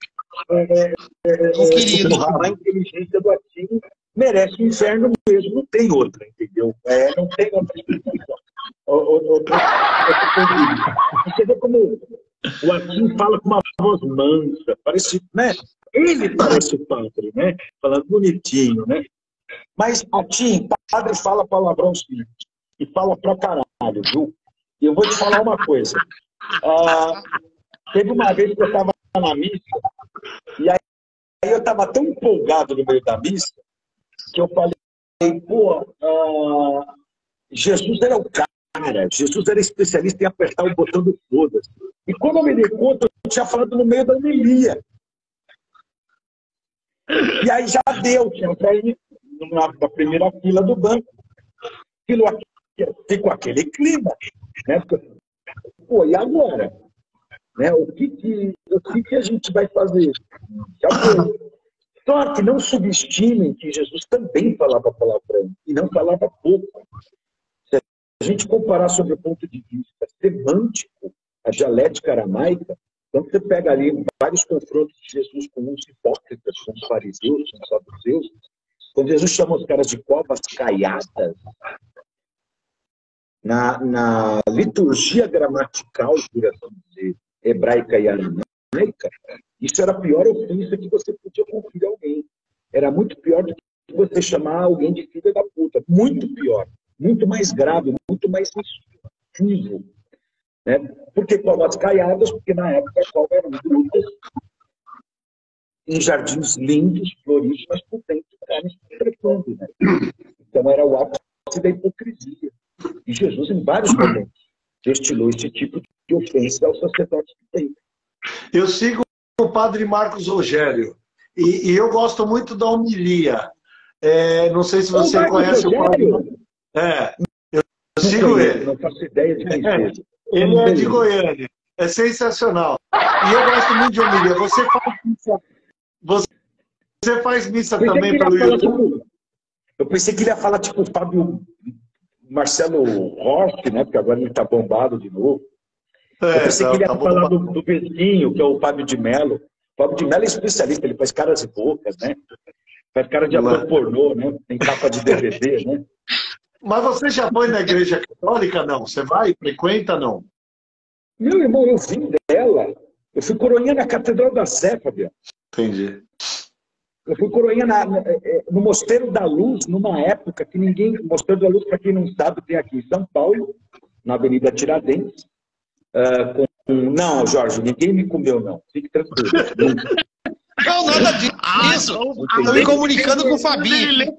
A inteligência do Atim merece um inferno mesmo, não tem outra, entendeu? Não tem outra explicação. Você vê como o Atim fala com uma voz mansa, parece, né? Ele parece o padre, né? Falando bonitinho, né? Mas Atim, padre fala palavrão sim, e fala pra caralho, viu? E eu vou te falar uma coisa. Teve uma vez que eu estava na missa, e aí eu estava tão empolgado no meio da missa, que eu falei, Jesus era o cara, Jesus era especialista em apertar o botão do foda-se. E quando eu me dei conta, eu tinha falado no meio da homilia. E aí já deu, tinha pra ir na primeira fila do banco. Ficou aquele clima, né? E agora? Né? O que a gente vai fazer? Só que não subestimem que Jesus também falava palavrão, e não falava pouco. Se a gente comparar sobre o ponto de vista semântico, a dialética aramaica, então você pega ali vários confrontos de Jesus com os hipócritas, com os fariseus, com os saduceus, quando Jesus chama os caras de covas caiadas, na liturgia gramatical, por assim dizer, hebraica e aramaica, isso era a pior ofensa que você podia conferir a alguém. Era muito pior do que você chamar alguém de filha da puta. Muito pior. Muito mais grave, muito mais insultivo. Né? Por que covas caiadas? Porque na época a cova eram grutas em jardins lindos, floridos, mas por dentro carnes trepando. Né? Então era o ápice da hipocrisia. E Jesus, em vários momentos, destilou esse tipo de ofensa aos sacerdotes do templo. Eu sigo o padre Marcos Rogério. E eu gosto muito da homilia. Não sei se você conhece o padre. Eu sigo ele. Não faço ideia de quem seja. Ele é de Goiânia. É sensacional. E eu gosto muito de homilia. Você faz missa também pelo YouTube? Eu pensei que ele ia falar tipo o Fábio Marcelo Rossi, né? Porque agora ele está bombado de novo. Eu pensei que ele ia falar do vizinho, que é o Fábio de Mello. O Fábio de Mello é especialista, ele faz caras e bocas, né? Faz cara de ator pornô, né? Tem capa de DVD, né? Mas você já foi na igreja católica, não? Você vai? Frequenta, não? Meu irmão, eu vim dela. Eu fui coroinha na Catedral da Sé, Fabiano. Entendi. Eu fui coroinha no Mosteiro da Luz, numa época que ninguém... O Mosteiro da Luz, para quem não sabe, tem aqui em São Paulo, na Avenida Tiradentes. Não, Jorge, ninguém me comeu, não. Fique tranquilo. Não, nada disso. Estou me comunicando com o Fabinho.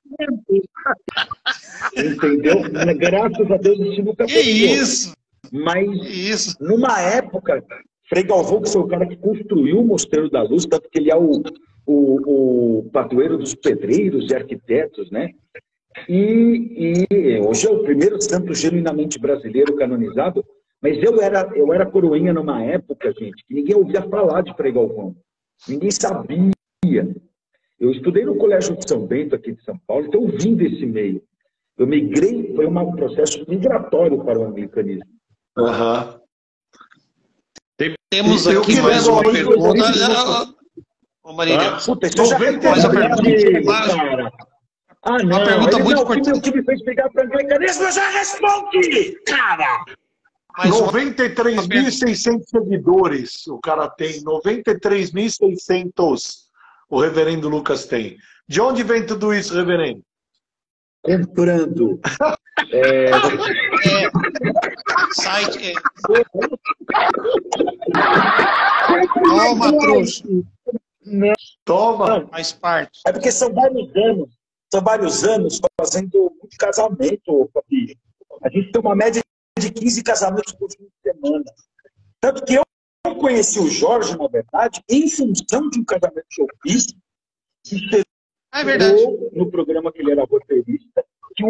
Entendeu? Graças a Deus isso nunca foi. Isso. Mas, numa época, Frei Galvão, que foi o cara que construiu o Mosteiro da Luz, tanto que ele é o o padroeiro dos pedreiros e arquitetos, né? E hoje é o primeiro santo genuinamente brasileiro canonizado, mas eu era coroinha numa época, gente, que ninguém ouvia falar de Frei Galvão. Ninguém sabia. Eu estudei no Colégio de São Bento, aqui de São Paulo, então eu vim desse meio. Eu migrei, foi um processo migratório para o anglicanismo. Aham. Temos aqui mais uma pergunta. Ô, Marília, Puta, isso já mais uma pergunta. cara. Ah, não. Uma pergunta muito importante. O que me fez pegar para o anglicanismo, eu já respondi, cara! 93.600 seguidores o cara tem. 93.600 o reverendo Lucas tem. De onde vem tudo isso, reverendo? Comprando. Site. Toma, trouxa. Toma. Faz parte. É porque são vários anos fazendo muito casamento, Fabi. A gente tem uma média de 15 casamentos por fim de semana. Tanto que eu conheci o Jorge, na verdade, em função de um casamento que eu fiz, que É verdade. no programa que ele era roteirista,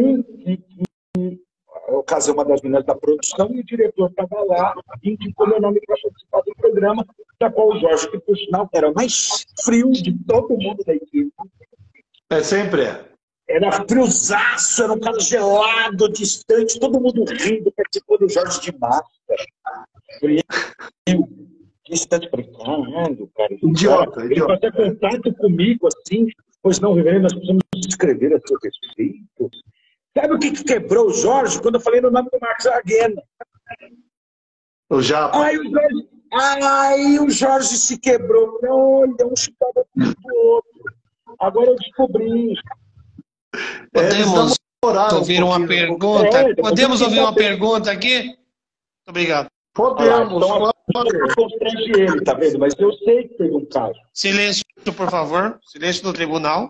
eu casei uma das meninas da produção e o diretor estava lá e indicou meu nome para participar do programa, da qual o Jorge, que por sinal era o mais frio de todo mundo da equipe. Sempre é. Era friozaço, era um cara gelado, distante, todo mundo rindo, participou do Jorge de máscara. Frio, distante, brincando, cara. Idiota. Ele fazia contato comigo assim, pois não, reverendo, nós precisamos escrever a seu respeito. Sabe o que quebrou o Jorge? Quando eu falei no nome do Marcos Arguena. O Japa. Aí o Jorge se quebrou. Olha, um chutava do outro. Agora eu descobri. Podemos ouvir uma pergunta? Podemos ouvir uma pergunta aqui? Muito obrigado. Podemos. Eu constrange ele, tá vendo? Mas eu sei que teve um caso. Silêncio, por favor. Silêncio no tribunal.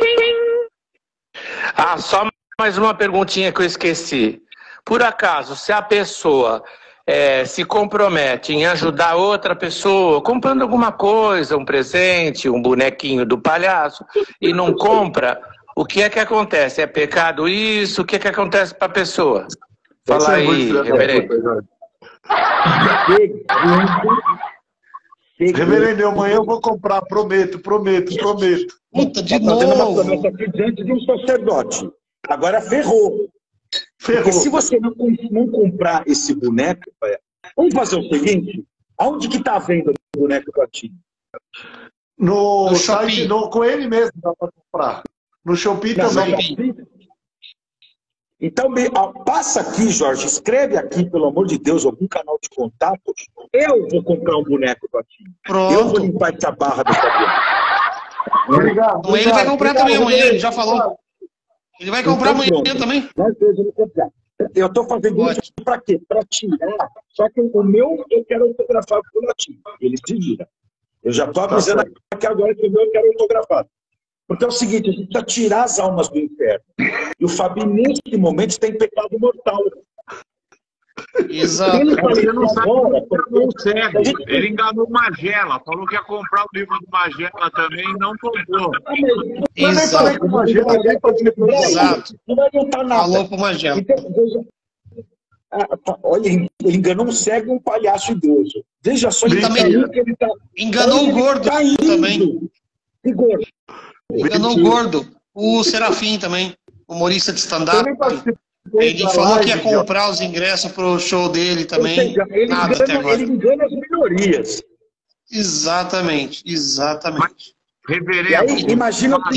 Só mais uma perguntinha que eu esqueci. Por acaso, se a pessoa se compromete em ajudar outra pessoa, comprando alguma coisa, um presente, um bonequinho do palhaço, e não compra, o que é que acontece? É pecado isso? O que é que acontece para a pessoa? Fala aí, reverendo. Reverendo, amanhã eu vou comprar, prometo. Puta, de Fazendo uma novo. promessa aqui diante de um sacerdote. Agora ferrou. Porque se você não comprar esse boneco, vamos fazer o seguinte: aonde que tá vendo o boneco Platinho? No site, com ele mesmo dá para comprar. No Shopee também. Então, passa aqui, Jorge, escreve aqui, pelo amor de Deus, algum canal de contatos. Eu vou comprar um boneco Platinho. Eu vou limpar essa barra do Fabiano. Obrigado. Ele vai comprar também amanhã, ele já falou. Ele vai comprar amanhã também. Nós dois vamos comprar. Eu estou fazendo isso para quê? Para tirar. Só que o meu eu quero autografado pelo Latinho. Ele se vira. Eu já estou avisando aqui agora que o meu eu quero autografado. Porque é o seguinte, a gente precisa tirar as almas do inferno. E o Fabi, nesse momento, está em pecado mortal. Exato. Ele não sabe o cego. Ele enganou o Magela. Falou que ia comprar o livro do Magela também e não comprou. Exato. Não vai adiantar nada. Falou pro Magela. Olha, ele enganou um cego e um palhaço idoso. Veja só, ele tá... Enganou o gordo também. Que gordo? Enganou o gordo. O Serafim também, humorista de stand-up. Ele falou que ia comprar os ingressos pro show dele também. Nada até agora. Ele engana as minorias. Exatamente. Reverendo, e aí, imagina o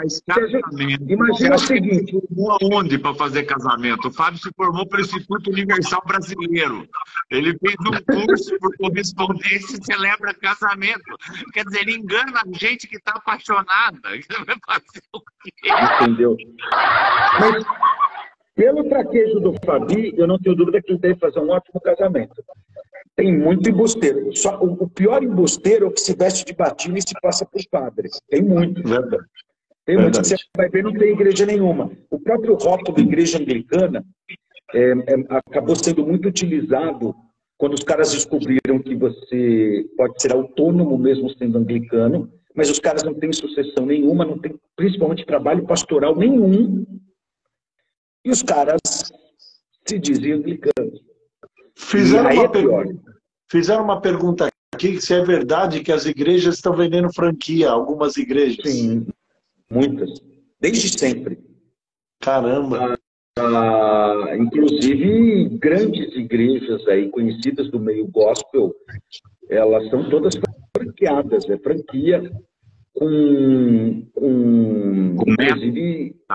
seguinte. Onde para fazer casamento? O Fábio se formou pelo Instituto Universal Brasileiro. Ele fez um curso por correspondência e celebra casamento. Quer dizer, ele engana a gente que está apaixonada. Vai fazer o quê? Entendeu? Mas, pelo traquejo do Fabi, eu não tenho dúvida que ele deve fazer um ótimo casamento. Tem muito embusteiro. Só, o pior embusteiro é o que se veste de batina e se passa por padre. Tem muito. Verdade. Tem muito que você vai ver, não tem igreja nenhuma. O próprio rótulo da igreja anglicana acabou sendo muito utilizado quando os caras descobriram que você pode ser autônomo mesmo sendo anglicano, mas os caras não têm sucessão nenhuma, não tem principalmente trabalho pastoral nenhum, e os caras se dizem anglicanos. Fizeram uma pergunta aqui, se é verdade que as igrejas estão vendendo franquia, algumas igrejas. Sim, muitas, desde sempre. Caramba! Inclusive, grandes igrejas aí, conhecidas do meio gospel, elas são todas franqueadas, é franquia com inclusive,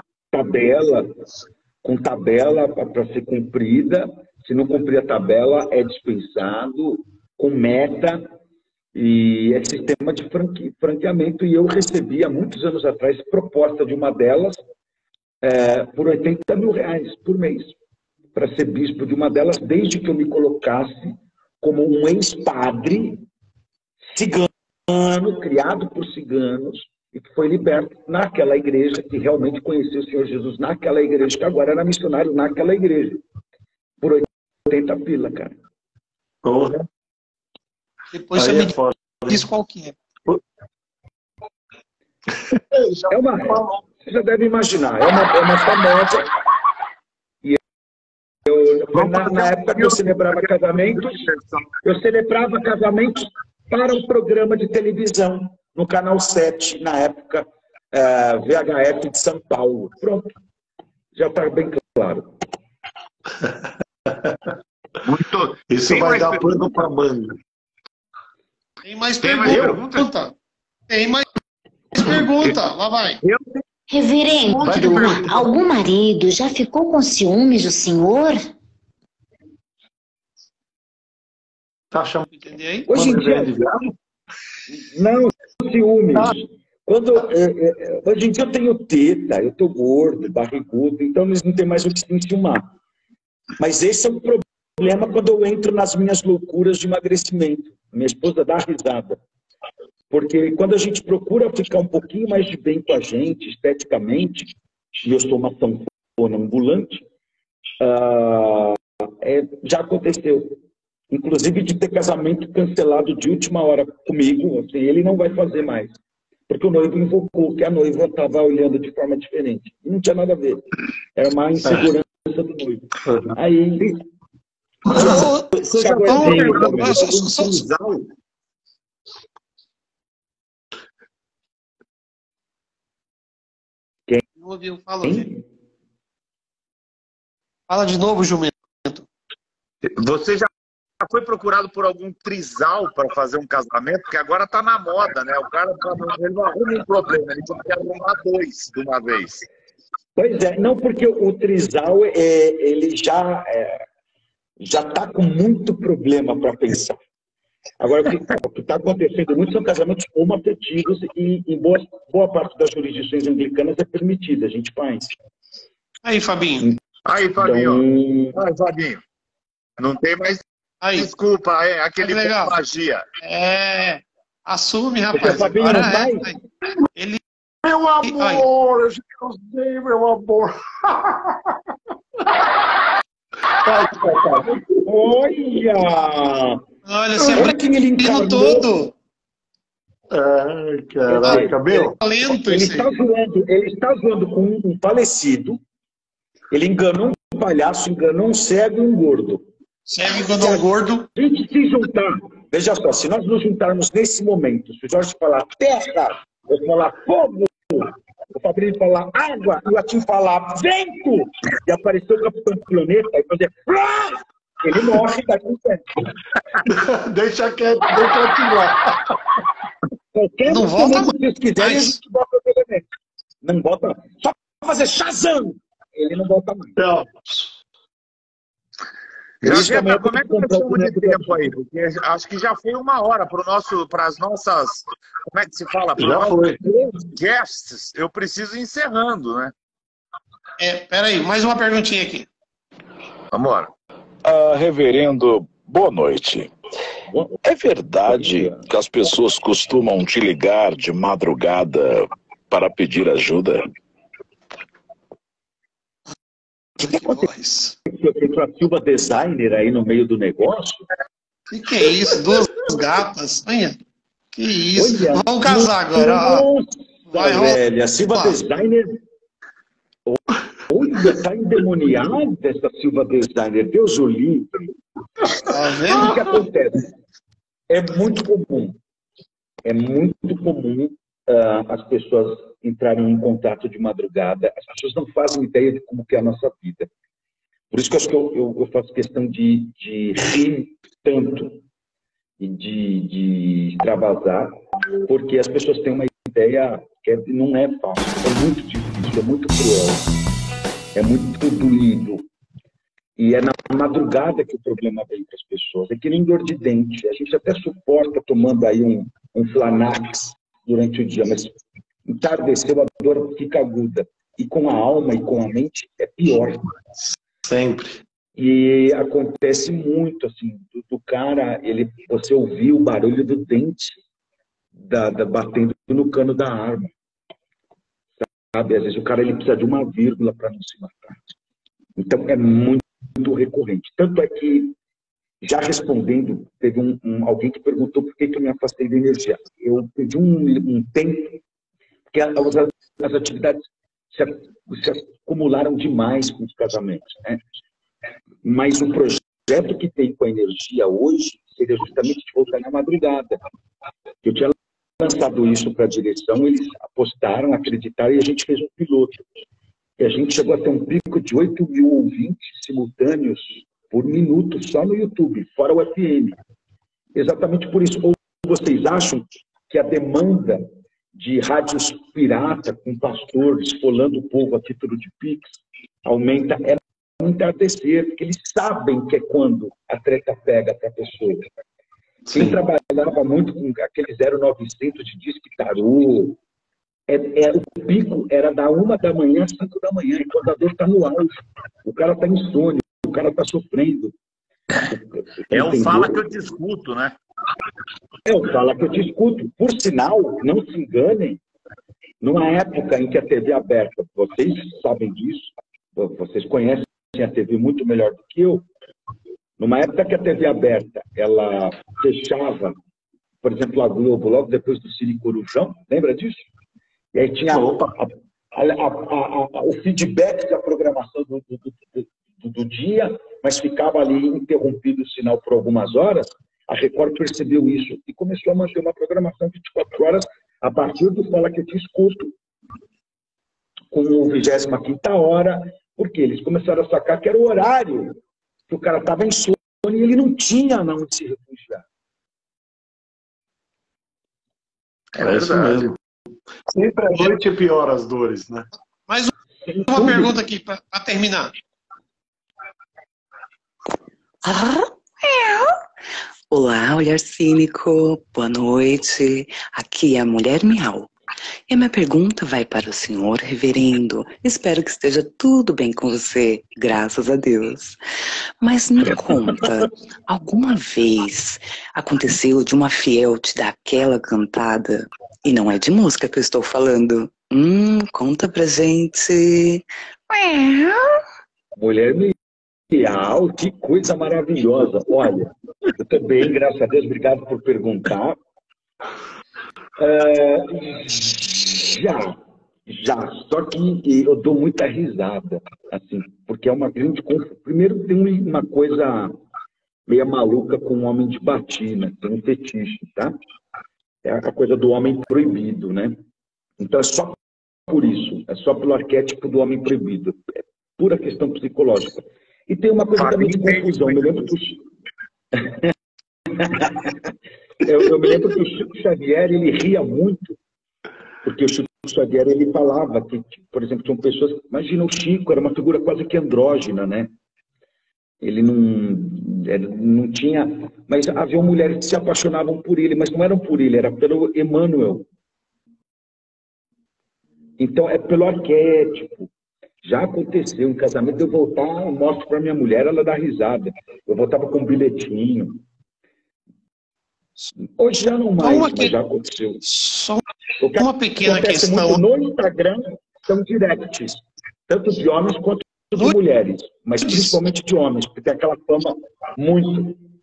tabela para ser cumprida. Se não cumprir a tabela, é dispensado, com meta, e é sistema de franqueamento. E eu recebi, há muitos anos atrás, proposta de uma delas por R$80 mil por mês, para ser bispo de uma delas, desde que eu me colocasse como um ex-padre cigano, criado por ciganos, e que foi liberto naquela igreja, que realmente conheceu o Senhor Jesus naquela igreja, que agora era missionário naquela igreja, por 80 pila, cara. Porra. Depois você me diz qual que é. Você já deve imaginar, é uma famosa. E na época que eu celebrava casamentos para um programa de televisão, no Canal 7, na época, VHF de São Paulo. Pronto. Já está bem claro. Isso vai dar pano para manga. Tem mais pergunta? Tem mais pergunta. Lá vai. Reverendo, algum marido já ficou com ciúmes do senhor? Tá chamando de entender aí? Hoje em dia, não, ciúmes. Hoje em dia eu tenho teta, eu tô gordo, barrigudo, então eles não tem mais o que se enciumar. Mas esse é o problema quando eu entro nas minhas loucuras de emagrecimento. Minha esposa dá risada. Porque quando a gente procura ficar um pouquinho mais de bem com a gente, esteticamente, e eu sou uma sanfona ambulante, já aconteceu. Inclusive de ter casamento cancelado de última hora comigo, assim, ele não vai fazer mais. Porque o noivo invocou que a noiva estava olhando de forma diferente. Não tinha nada a ver. Era uma insegurança do noivo. Aí... Você já Quem? Fala de novo, jumento. Você já foi procurado por algum trisal para fazer um casamento? Porque agora tá na moda, né? O cara ele não arruma um problema, ele tem que arrumar dois de uma vez. Pois é, não, porque o trisal ele já está com muito problema para pensar. Agora, o que está acontecendo muito são casamentos homoafetivos e em boa parte das jurisdições anglicanas é permitida, a gente faz. Aí, Fabinho. Aí, Fabinho. Aí, Fabinho. Não tem mais desculpa, aquele legal. Magia. Assume, rapaz. Fabinho não vai? Ele... Meu amor, eu sei, meu amor. Olha, sempre que ele encarnou todo. Caraca, meu. Ele está zoando com um falecido. Ele enganou um palhaço, enganou um cego e um gordo. Cego enganou um gordo. A gente se juntar. Veja só, se nós nos juntarmos nesse momento, se o Jorge falar terra, eu falar fogo, o Fabrício falar água e o Atim falar vento, e apareceu o Capitão do Planeta e fazer ele morre daqui a um tempo. Deixa quieto lá. Qualquer não volta que vocês quiserem, a gente bota o elemento. Não bota. Só fazer Shazam! Ele não volta mais. Não. Como é que estamos de tempo aí? Porque acho que já foi 1 hora para as nossas. Como é que se fala? Já foi. Guests. Eu preciso ir encerrando, né? Peraí, mais uma perguntinha aqui. Vamos embora. Reverendo, boa noite. É verdade que as pessoas costumam te ligar de madrugada para pedir ajuda? Entrou a Silva Designer aí no meio do negócio. Que é isso? 2 gatas. Olha. Que isso. Olha, vamos casar agora. Vai, velho. A Silva Designer. Olha, tá endemoniada essa Silva Designer. Deus o livre. Tá vendo? O que acontece? É muito comum. É muito comum as pessoas entrarem em contato de madrugada. As pessoas não fazem ideia de como que é a nossa vida. Por isso que eu acho que eu faço questão de rir tanto e de extravasar, porque as pessoas têm uma ideia que não é fácil, é muito difícil, é muito cruel, é muito doído. E é na madrugada que o problema vem para as pessoas. É que nem dor de dente. A gente até suporta tomando aí um Flanax durante o dia, mas entardeceu, a dor fica aguda. E com a alma e com a mente é pior. Sempre. E acontece muito, assim, do cara, você ouvir o barulho do dente batendo no cano da arma. Sabe? Às vezes o cara precisa de uma vírgula para não se matar. Então é muito recorrente. Tanto é que, já respondendo, teve alguém que perguntou por que eu me afastei da energia. Eu pedi um tempo, porque as atividades se acumularam demais com os casamentos, né? Mas o projeto que tem com a energia hoje seria justamente de voltar na madrugada. Eu tinha lançado isso para a direção, eles apostaram, acreditaram e a gente fez um piloto. E a gente chegou a ter um pico de 8 mil ouvintes simultâneos por minuto só no YouTube, fora o FM. Exatamente por isso. Ou vocês acham que a demanda de rádios pirata com pastores esfolando o povo a título de Pix aumenta? É no entardecer, porque eles sabem que é quando a treta pega para a pessoa. Quem trabalhava muito com aquele 0900 de disque tarô, o pico era da 1 da manhã às 5 da manhã, e quando a dor está no auge, o cara está insônia, o cara está sofrendo. É o fala que eu te escuto, né? É o fala que eu te escuto. Por sinal, não se enganem, numa época em que a TV aberta, vocês sabem disso, vocês conhecem a TV muito melhor do que eu, numa época que a TV aberta, ela fechava, por exemplo, a Globo, logo depois do Cine Corujão, lembra disso? E aí tinha o feedback da programação do dia, mas ficava ali interrompido o sinal por algumas horas. A Record percebeu isso e começou a manter uma programação 24 horas a partir do Fala que eu te escuto, com o 25ª hora, porque eles começaram a sacar que era o horário que o cara estava em sono e ele não tinha onde se refugiar. É isso mesmo. Sempre à noite piora as dores, né? Mais uma pergunta aqui para terminar. Olá, Olhar Cínico. Boa noite. Aqui é a Mulher Miau. E a minha pergunta vai para o senhor reverendo. Espero que esteja tudo bem com você, graças a Deus. Mas me conta, alguma vez aconteceu de uma fiel te dar aquela cantada? E não é de música que eu estou falando. Conta pra gente. Mulher Miau, que coisa maravilhosa. Olha, eu também, graças a Deus, obrigado por perguntar. Já, só que eu dou muita risada, assim, porque é uma grande... Primeiro tem uma coisa meio maluca com o homem de batina, tem um fetiche, tá? É a coisa do homem proibido, né? Então é só por isso, é só pelo arquétipo do homem proibido, é pura questão psicológica. E tem uma coisa também de confusão, eu lembro que eu me lembro que o Chico Xavier, ele ria muito, porque o Chico Xavier, ele falava que, por exemplo, tinham pessoas... Imagina, o Chico era uma figura quase que andrógina, né? Ele não tinha... Mas havia mulheres que se apaixonavam por ele, mas não eram por ele, era pelo Emmanuel. Então, é pelo arquétipo. Já aconteceu em casamento, eu voltar, eu mostro para minha mulher, ela dá risada. Eu voltava com um bilhetinho. Hoje já não mais, mas já aconteceu. Só uma pequena questão. Muito no Instagram são directs, tanto de homens quanto de mulheres, mas principalmente de homens, porque tem aquela fama muito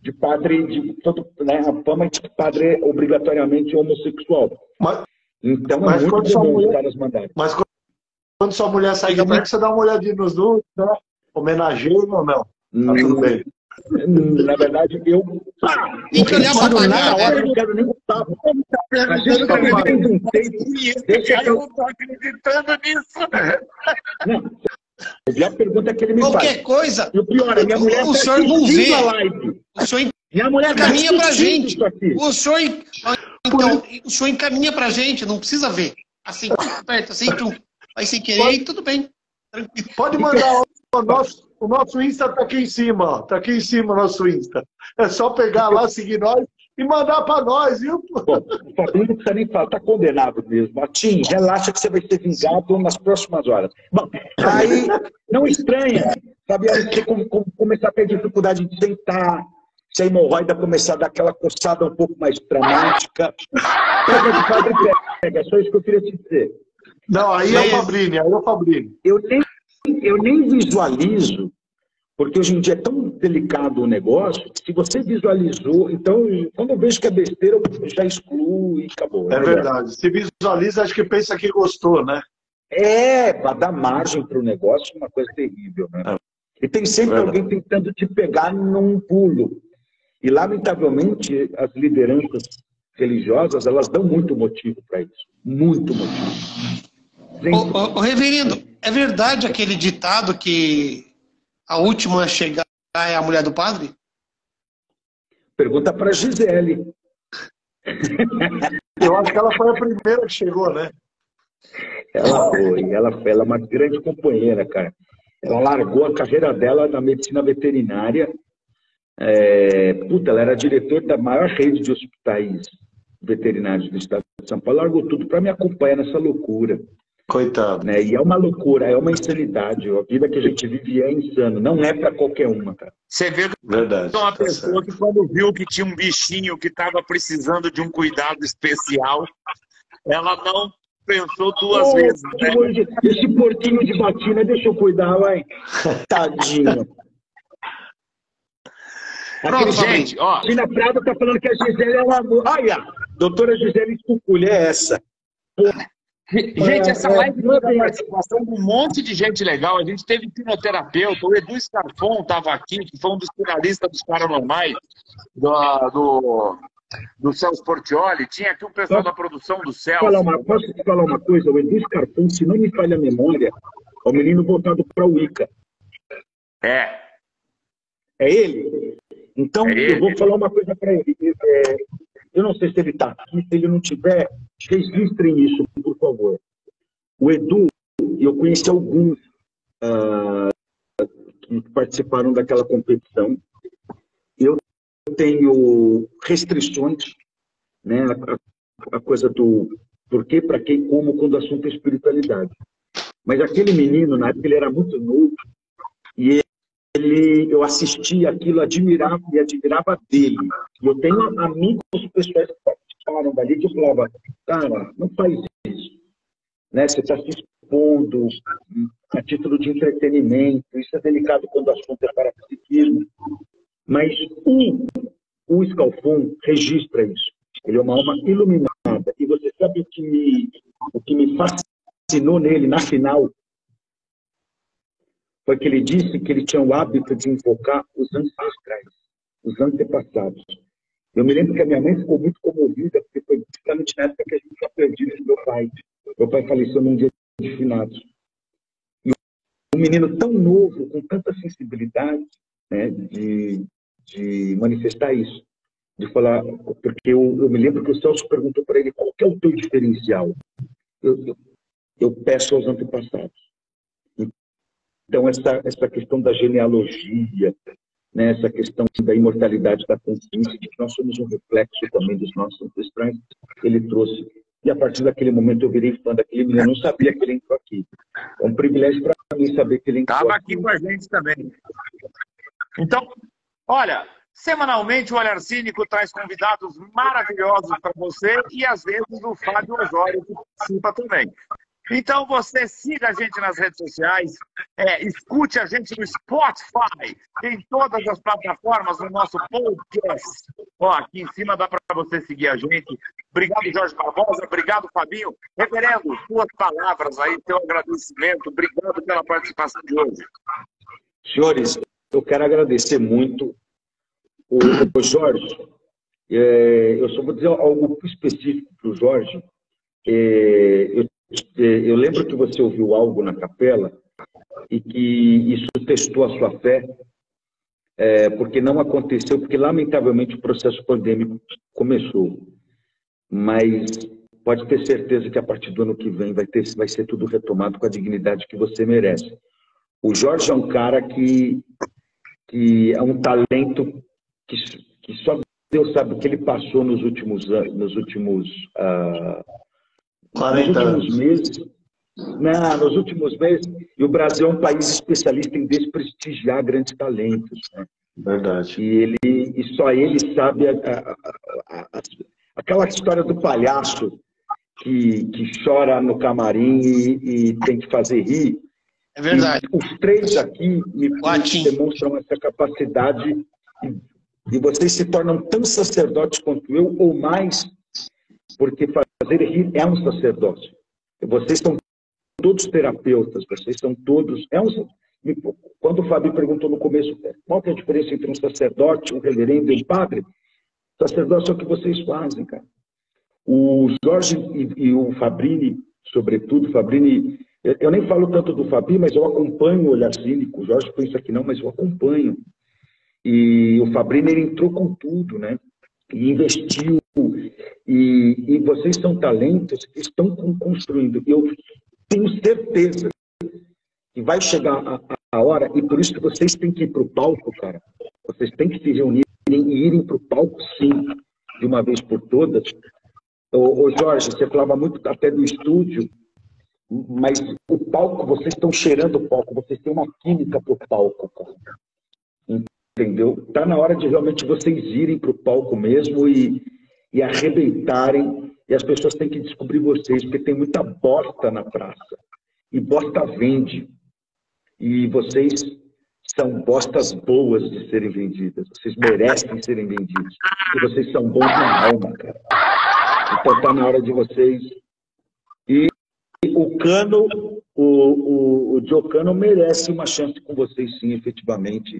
de padre, de todo, né, a fama de que padre é obrigatoriamente homossexual. Então é muito comum os caras mandarem. Mas quando sua mulher sai de perto, você dá uma olhadinha nos nudes, né? Homenageia ou não? Tá tudo bem. Na verdade, eu Tem que olhar pra pagar, hora, eu não quero nem botar. A gente tá vivendo um tempo. Eu não tô acreditando nisso. E a pergunta que ele me qualquer faz. Coisa. E o pior, a minha mulher o senhor não vê. A live. O senhor minha mulher encaminha pra gente. O senhor encaminha pra gente, não precisa ver. Assim, aperta, assim, vai sem querer e tudo bem. Pode mandar o nosso Insta tá aqui em cima, ó. Tá aqui em cima o nosso Insta. É só pegar lá, seguir nós e mandar pra nós, viu? Bom, o Fabinho não precisa nem falar, tá condenado mesmo. Tim, relaxa que você vai ser vingado nas próximas horas. Bom, aí não estranha, sabe? Você começar a ter dificuldade de sentar, se a hemorroida começar a dar aquela coçada um pouco mais dramática. Pega de padre, pega. É só isso que eu queria te dizer. Não, aí é o Fabrini, aí é o Fabrini. Eu nem visualizo, porque hoje em dia é tão delicado o negócio, que se você visualizou, então, quando eu vejo que é besteira, eu já excluo e acabou. É verdade. Se visualiza, acho que pensa que gostou, né? Para dar margem para o negócio, é uma coisa terrível, né? E tem sempre alguém tentando te pegar num pulo. E, lamentavelmente, as lideranças religiosas, elas dão muito motivo para isso. Muito motivo. Ô, reverendo, é verdade aquele ditado que a última a chegar é a mulher do padre? Pergunta para Gisele. Eu acho que ela foi a primeira que chegou, né? Ela foi. Ela é uma grande companheira, cara. Ela largou a carreira dela na medicina veterinária. Ela era diretor da maior rede de hospitais veterinários do estado de São Paulo. Largou tudo para me acompanhar nessa loucura. Coitado. Né? E é uma loucura, é uma insanidade. A vida que a gente vive é insano. Não é para qualquer uma, cara. Você vê que verdade, uma pessoa que quando viu que tinha um bichinho que estava precisando de um cuidado especial, ela não pensou duas vezes. Né? Esse porquinho de batina, deixa eu cuidar, vai. Tadinho. Pronto, gente, ó. Tina Prado tá falando que a Gisele é uma... Olha, doutora Gisele Escuculha é essa. Gente, essa live foi a participação de um monte de gente legal. A gente teve hipnoterapeuta, o Edu Scarfon estava aqui, que foi um dos finalistas dos Paranormais do Celso Portioli. Tinha aqui o pessoal da produção do Celso. Posso te falar uma coisa? O Edu Scarfon, se não me falha a memória, é o menino voltado para o Wicca. É ele? Então, eu vou falar uma coisa para ele. Eu não sei se ele está aqui, se ele não tiver, registrem isso, por favor. O Edu, eu conheci alguns que participaram daquela competição. Eu tenho restrições, né? A coisa do porquê, para quem, como, quando o assunto é espiritualidade. Mas aquele menino, na época, ele era muito novo, e eu assistia aquilo, admirava dele. E eu tenho amigos pessoais que participaram dali que eu falava, cara, não faz isso. Né? Você está se expondo a título de entretenimento, isso é delicado quando o assunto é parapsiquismo. Mas o Scarfon registra isso. Ele é uma alma iluminada. E você sabe o que me fascinou nele, na final, foi que ele disse que ele tinha o hábito de invocar os ancestrais, os antepassados. Eu me lembro que a minha mãe ficou muito comovida, porque foi justamente na época que a gente tinha perdido meu pai. Meu pai faleceu num dia de finados. E um menino tão novo, com tanta sensibilidade, né, de manifestar isso. De falar, porque eu me lembro que o Celso perguntou para ele qual que é o teu diferencial. Eu peço aos antepassados. Então, essa questão da genealogia, né, essa questão da imortalidade da consciência, de que nós somos um reflexo também dos nossos ancestrais, ele trouxe. E a partir daquele momento eu virei fã daquele menino, eu não sabia que ele entrou aqui. É um privilégio para mim saber que ele entrou aqui. Estava aqui com a gente também. Então, olha, semanalmente o Olhar Cínico traz convidados maravilhosos para você e às vezes o Fábio Osório que participa também. Então você siga a gente nas redes sociais, escute a gente no Spotify, em todas as plataformas, no nosso podcast. Ó, aqui em cima dá para você seguir a gente. Obrigado, Jorge Barbosa. Obrigado, Fabinho. Reverendo, suas palavras aí, seu agradecimento. Obrigado pela participação de hoje. Senhores, eu quero agradecer muito o Jorge. Eu só vou dizer algo específico para o Jorge. Eu lembro que você ouviu algo na capela e que isso testou a sua fé, porque não aconteceu, porque lamentavelmente o processo pandêmico começou. Mas pode ter certeza que a partir do ano que vem vai ser tudo retomado com a dignidade que você merece. O Jorge é um cara que é um talento que só Deus sabe o que ele passou nos últimos 40 anos. Meses. Não, nos últimos meses. E o Brasil é um país especialista em desprestigiar grandes talentos. Né? Verdade. E só ele sabe aquela história do palhaço que chora no camarim e tem que fazer rir. É verdade. E os três aqui me demonstram essa capacidade e vocês se tornam tão sacerdotes quanto eu, ou mais, porque fazer rir é um sacerdócio. Vocês são todos terapeutas, vocês são todos... Quando o Fábio perguntou no começo qual que é a diferença entre um sacerdote, um reverendo e um padre, sacerdócio é o que vocês fazem, cara. O Jorge e o Fabrini, sobretudo, Fabrini... Eu nem falo tanto do Fabi, mas eu acompanho o Olhar Cínico. O Jorge pensa que não, mas eu acompanho. E o Fabrini, ele entrou com tudo, né? E investiu. E vocês são talentos que estão construindo. Eu tenho certeza que vai chegar a hora, e por isso que vocês têm que ir para o palco, cara. Vocês têm que se reunirem e irem para o palco, sim, de uma vez por todas. Ô Jorge, você falava muito até do estúdio, mas o palco, vocês estão cheirando o palco, vocês têm uma química para o palco, cara. Entendeu? Está na hora de realmente vocês irem para o palco mesmo e arrebentarem, e as pessoas têm que descobrir vocês, porque tem muita bosta na praça, e bosta vende, e vocês são bostas boas de serem vendidas, vocês merecem serem vendidos, e vocês são bons na alma, cara. Então está na hora de vocês. E o Cano, o Joe Cano merece uma chance com vocês, sim, efetivamente.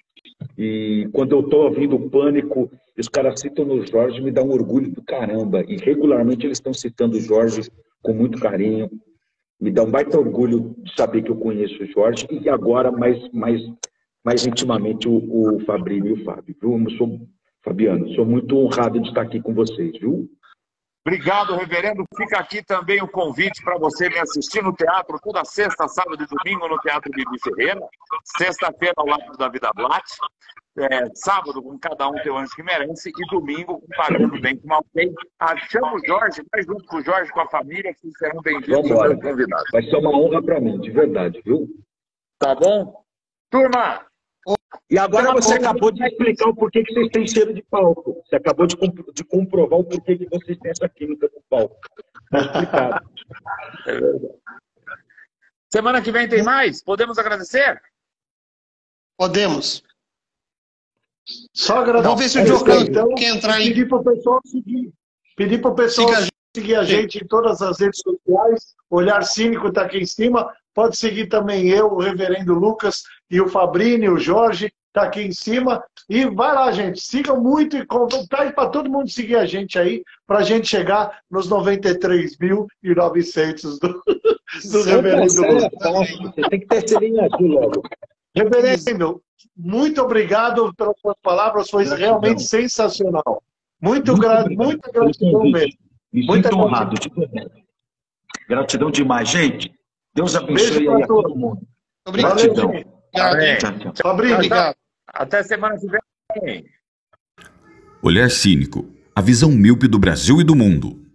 E quando eu estou ouvindo o Pânico, os caras citam no Jorge, me dá um orgulho do caramba. E regularmente eles estão citando o Jorge com muito carinho. Me dá um baita orgulho de saber que eu conheço o Jorge. E agora, mais intimamente, o Fabrício e o Fábio. Viu? Fabiano, sou muito honrado de estar aqui com vocês, viu? Obrigado, reverendo. Fica aqui também o convite para você me assistir no teatro toda sexta, sábado e domingo no Teatro Bibi Ferreira. Sexta-feira ao lado da Vida Blatt. Sábado com Cada Um Teu Anjo que Merece. E domingo com Pagando Bem com Maltei. Chama o Jorge, vai junto com o Jorge, com a família, que serão bem-vindos e convidados. Vai ser uma honra para mim, de verdade, viu? Tá bom? Turma! E agora você acabou de explicar o porquê que vocês têm cheiro de palco. Você acabou de comprovar o porquê que vocês têm essa química com palco. Está explicado. É verdade. Semana que vem tem mais? Podemos agradecer? Podemos. Só agradecer. Vamos ver se o Jocano quer entrar aí. Pedir para o pessoal seguir. Pedir para o pessoal seguir a gente em todas as redes sociais. Olhar Cínico está aqui em cima. Pode seguir também eu, o reverendo Lucas e o Fabrini, o Jorge, está aqui em cima. E vai lá, gente. Sigam muito e pede para todo mundo seguir a gente aí, para a gente chegar nos 93.900 do reverendo Lucas. Você tem que ter selinho azul logo. Reverendo, muito obrigado pelas suas palavras. Foi realmente sensacional. Muita gratidão mesmo. Me sinto honrado, de verdade. Gratidão demais, gente. Deus abençoe aí a todo mundo. Obrigado. Obrigado. Até semana que vem. Olhar Cínico, a visão míope do Brasil e do mundo.